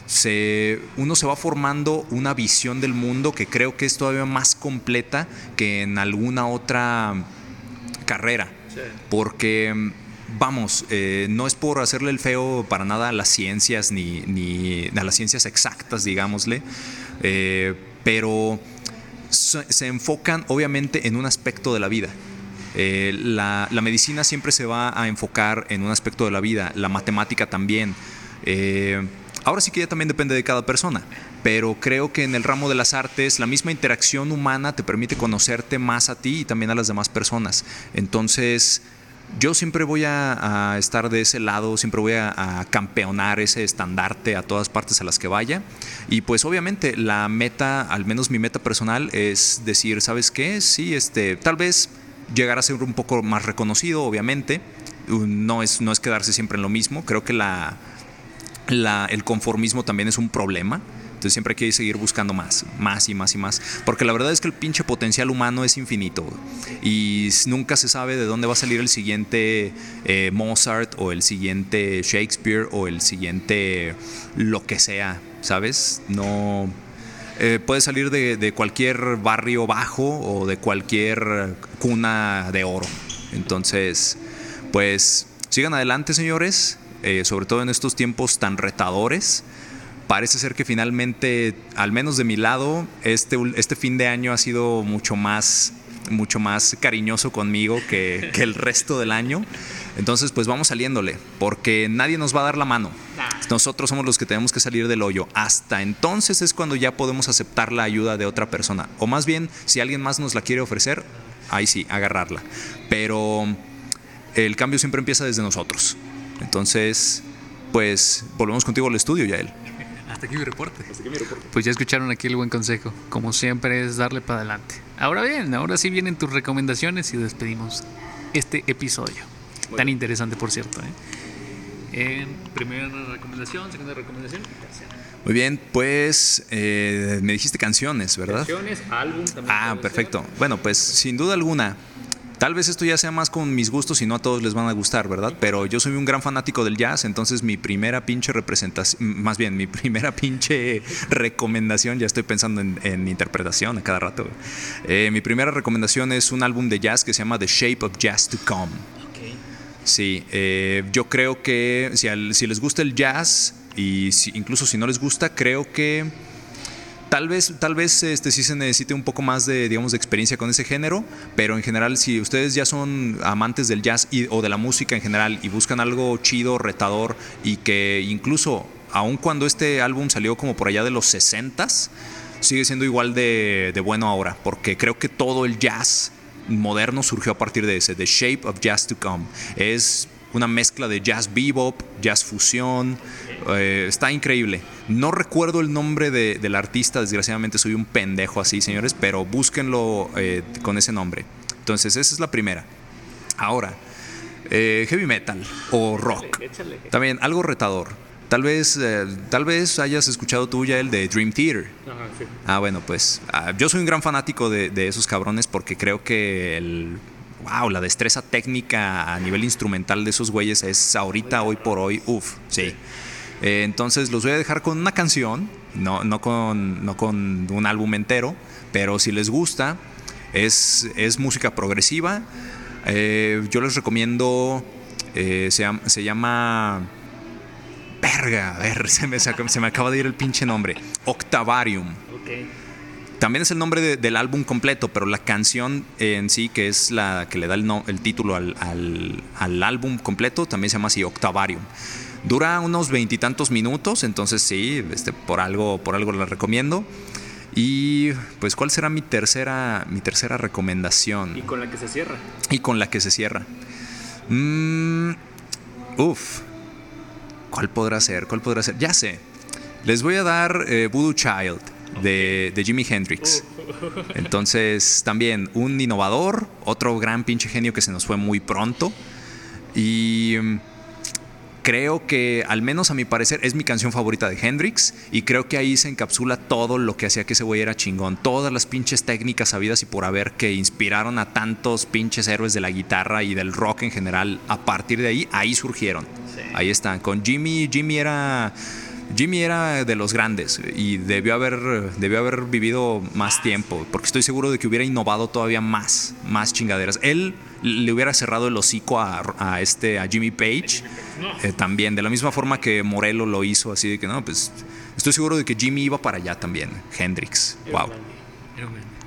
Uno se va formando una visión del mundo que creo que es todavía más completa que en alguna otra carrera. Sí. Porque vamos, no es por hacerle el feo para nada a las ciencias ni a las ciencias exactas, digámosle, pero se enfocan obviamente en un aspecto de la vida. La medicina siempre se va a enfocar en un aspecto de la vida, la matemática también. Ahora sí que ya también depende de cada persona, pero creo que en el ramo de las artes la misma interacción humana te permite conocerte más a ti y también a las demás personas. Entonces, yo siempre voy a estar de ese lado, siempre voy a campeonar ese estandarte a todas partes a las que vaya. Y pues obviamente la meta, al menos mi meta personal, es decir, ¿sabes qué? Sí, tal vez llegar a ser un poco más reconocido, obviamente. No es quedarse siempre en lo mismo. Creo que el conformismo también es un problema. Entonces siempre hay que seguir buscando más y más y más. Porque la verdad es que el pinche potencial humano es infinito. Y nunca se sabe de dónde va a salir el siguiente Mozart o el siguiente Shakespeare o el siguiente lo que sea, ¿sabes? No... puede salir de cualquier barrio bajo o de cualquier cuna de oro. Entonces, pues sigan adelante, señores. Sobre todo en estos tiempos tan retadores. Parece ser que finalmente, al menos de mi lado, este fin de año ha sido mucho más cariñoso conmigo que el resto del año. Entonces, pues vamos saliéndole, porque nadie nos va a dar la mano. Nosotros somos los que tenemos que salir del hoyo. Hasta entonces es cuando ya podemos aceptar la ayuda de otra persona. O más bien, si alguien más nos la quiere ofrecer, ahí sí, agarrarla. Pero el cambio siempre empieza desde nosotros. Entonces, pues volvemos contigo al estudio, Yael. Hasta aquí mi reporte. Pues ya escucharon aquí el buen consejo. Como siempre es darle para adelante. Ahora bien, ahora sí vienen tus recomendaciones y despedimos este episodio. Bueno. Tan interesante, por cierto. Primera recomendación, segunda recomendación y tercera. Muy bien, pues me dijiste canciones, ¿verdad? Canciones, álbum también. Perfecto. Bueno, pues sin duda alguna. Tal vez esto ya sea más con mis gustos y no a todos les van a gustar, ¿verdad? Pero yo soy un gran fanático del jazz, entonces mi primera pinche representación, más bien mi primera pinche recomendación, ya estoy pensando en interpretación a cada rato. Mi primera recomendación es un álbum de jazz que se llama The Shape of Jazz to Come. Okay. Sí, yo creo que si les gusta el jazz y incluso si no les gusta, creo que Tal vez sí se necesite un poco más de experiencia con ese género, pero en general si ustedes ya son amantes del jazz o de la música en general y buscan algo chido, retador y que incluso aun cuando este álbum salió como por allá de los 60s, sigue siendo igual de bueno ahora, porque creo que todo el jazz moderno surgió a partir de ese, The Shape of Jazz to Come. Es una mezcla de jazz bebop, jazz fusión, está increíble. No recuerdo el nombre del artista, desgraciadamente soy un pendejo así, señores, pero búsquenlo con ese nombre. Entonces, esa es la primera. Ahora, heavy metal o rock. Échale. También algo retador. Tal vez hayas escuchado tú ya el de Dream Theater. Ajá, sí. Bueno, pues yo soy un gran fanático de esos cabrones porque creo que la destreza técnica a nivel instrumental de esos güeyes es ahorita, hoy por hoy, sí. Entonces los voy a dejar con una canción, no con un álbum entero, pero si les gusta, es música progresiva. Yo les recomiendo, se llama... Verga, a ver, se me acaba de ir el pinche nombre. Octavarium. Okay. También es el nombre del álbum completo, pero la canción en sí, que es la que le da el título al álbum completo, también se llama así, Octavarium. Dura unos 20 y tantos minutos, entonces sí, por algo la recomiendo. Y pues, ¿cuál será mi tercera recomendación? Y con la que se cierra. ¿Cuál podrá ser? Ya sé. Les voy a dar Voodoo Child de Jimi Hendrix. Entonces, también un innovador, otro gran pinche genio que se nos fue muy pronto. Y creo que, al menos a mi parecer, es mi canción favorita de Hendrix. Y creo que ahí se encapsula todo lo que hacía que ese güey era chingón. Todas las pinches técnicas habidas y por haber que inspiraron a tantos pinches héroes de la guitarra y del rock en general. A partir de ahí surgieron. Sí. Ahí están. Con Jimi era de los grandes y debió haber vivido más tiempo, porque estoy seguro de que hubiera innovado todavía más chingaderas. Él le hubiera cerrado el hocico a Jimmy Page, también, de la misma forma que Morello lo hizo, así de que no, pues estoy seguro de que Jimmy iba para allá también. Hendrix, wow.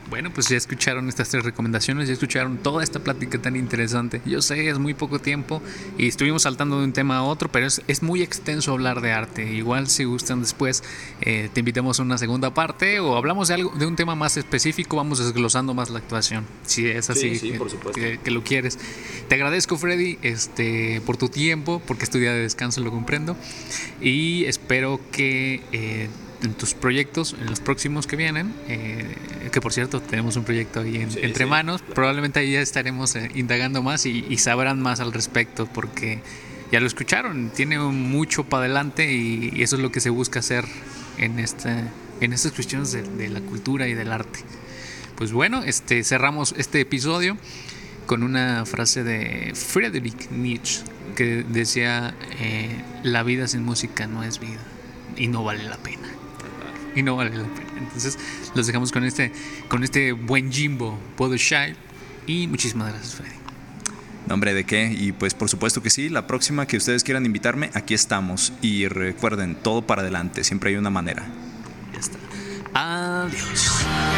Bueno, pues ya escucharon estas 3 recomendaciones, ya escucharon toda esta plática tan interesante. Yo sé, es muy poco tiempo y estuvimos saltando de un tema a otro, pero es muy extenso hablar de arte. Igual si gustan después te invitamos a una segunda parte o hablamos de un tema más específico, vamos desglosando más la actuación. Si es así, Sí, por supuesto. que lo quieres. Te agradezco, Freddy, por tu tiempo, porque es tu día de descanso, lo comprendo. Y espero que en tus proyectos, en los próximos que vienen, que por cierto tenemos un proyecto ahí entre manos, probablemente ahí ya estaremos indagando más y sabrán más al respecto, porque ya lo escucharon, tiene mucho para adelante y eso es lo que se busca hacer en estas cuestiones de la cultura y del arte. Pues bueno, cerramos este episodio con una frase de Friedrich Nietzsche que decía, la vida sin música no es vida y no vale la pena. Y no vale la pena. Entonces los dejamos con este buen Jimbo Podeshai. Y muchísimas gracias, Freddy. No, hombre, ¿de qué? Y pues por supuesto que sí, la próxima que ustedes quieran invitarme, aquí estamos. Y recuerden, todo para adelante, siempre hay una manera. Ya está. Adiós.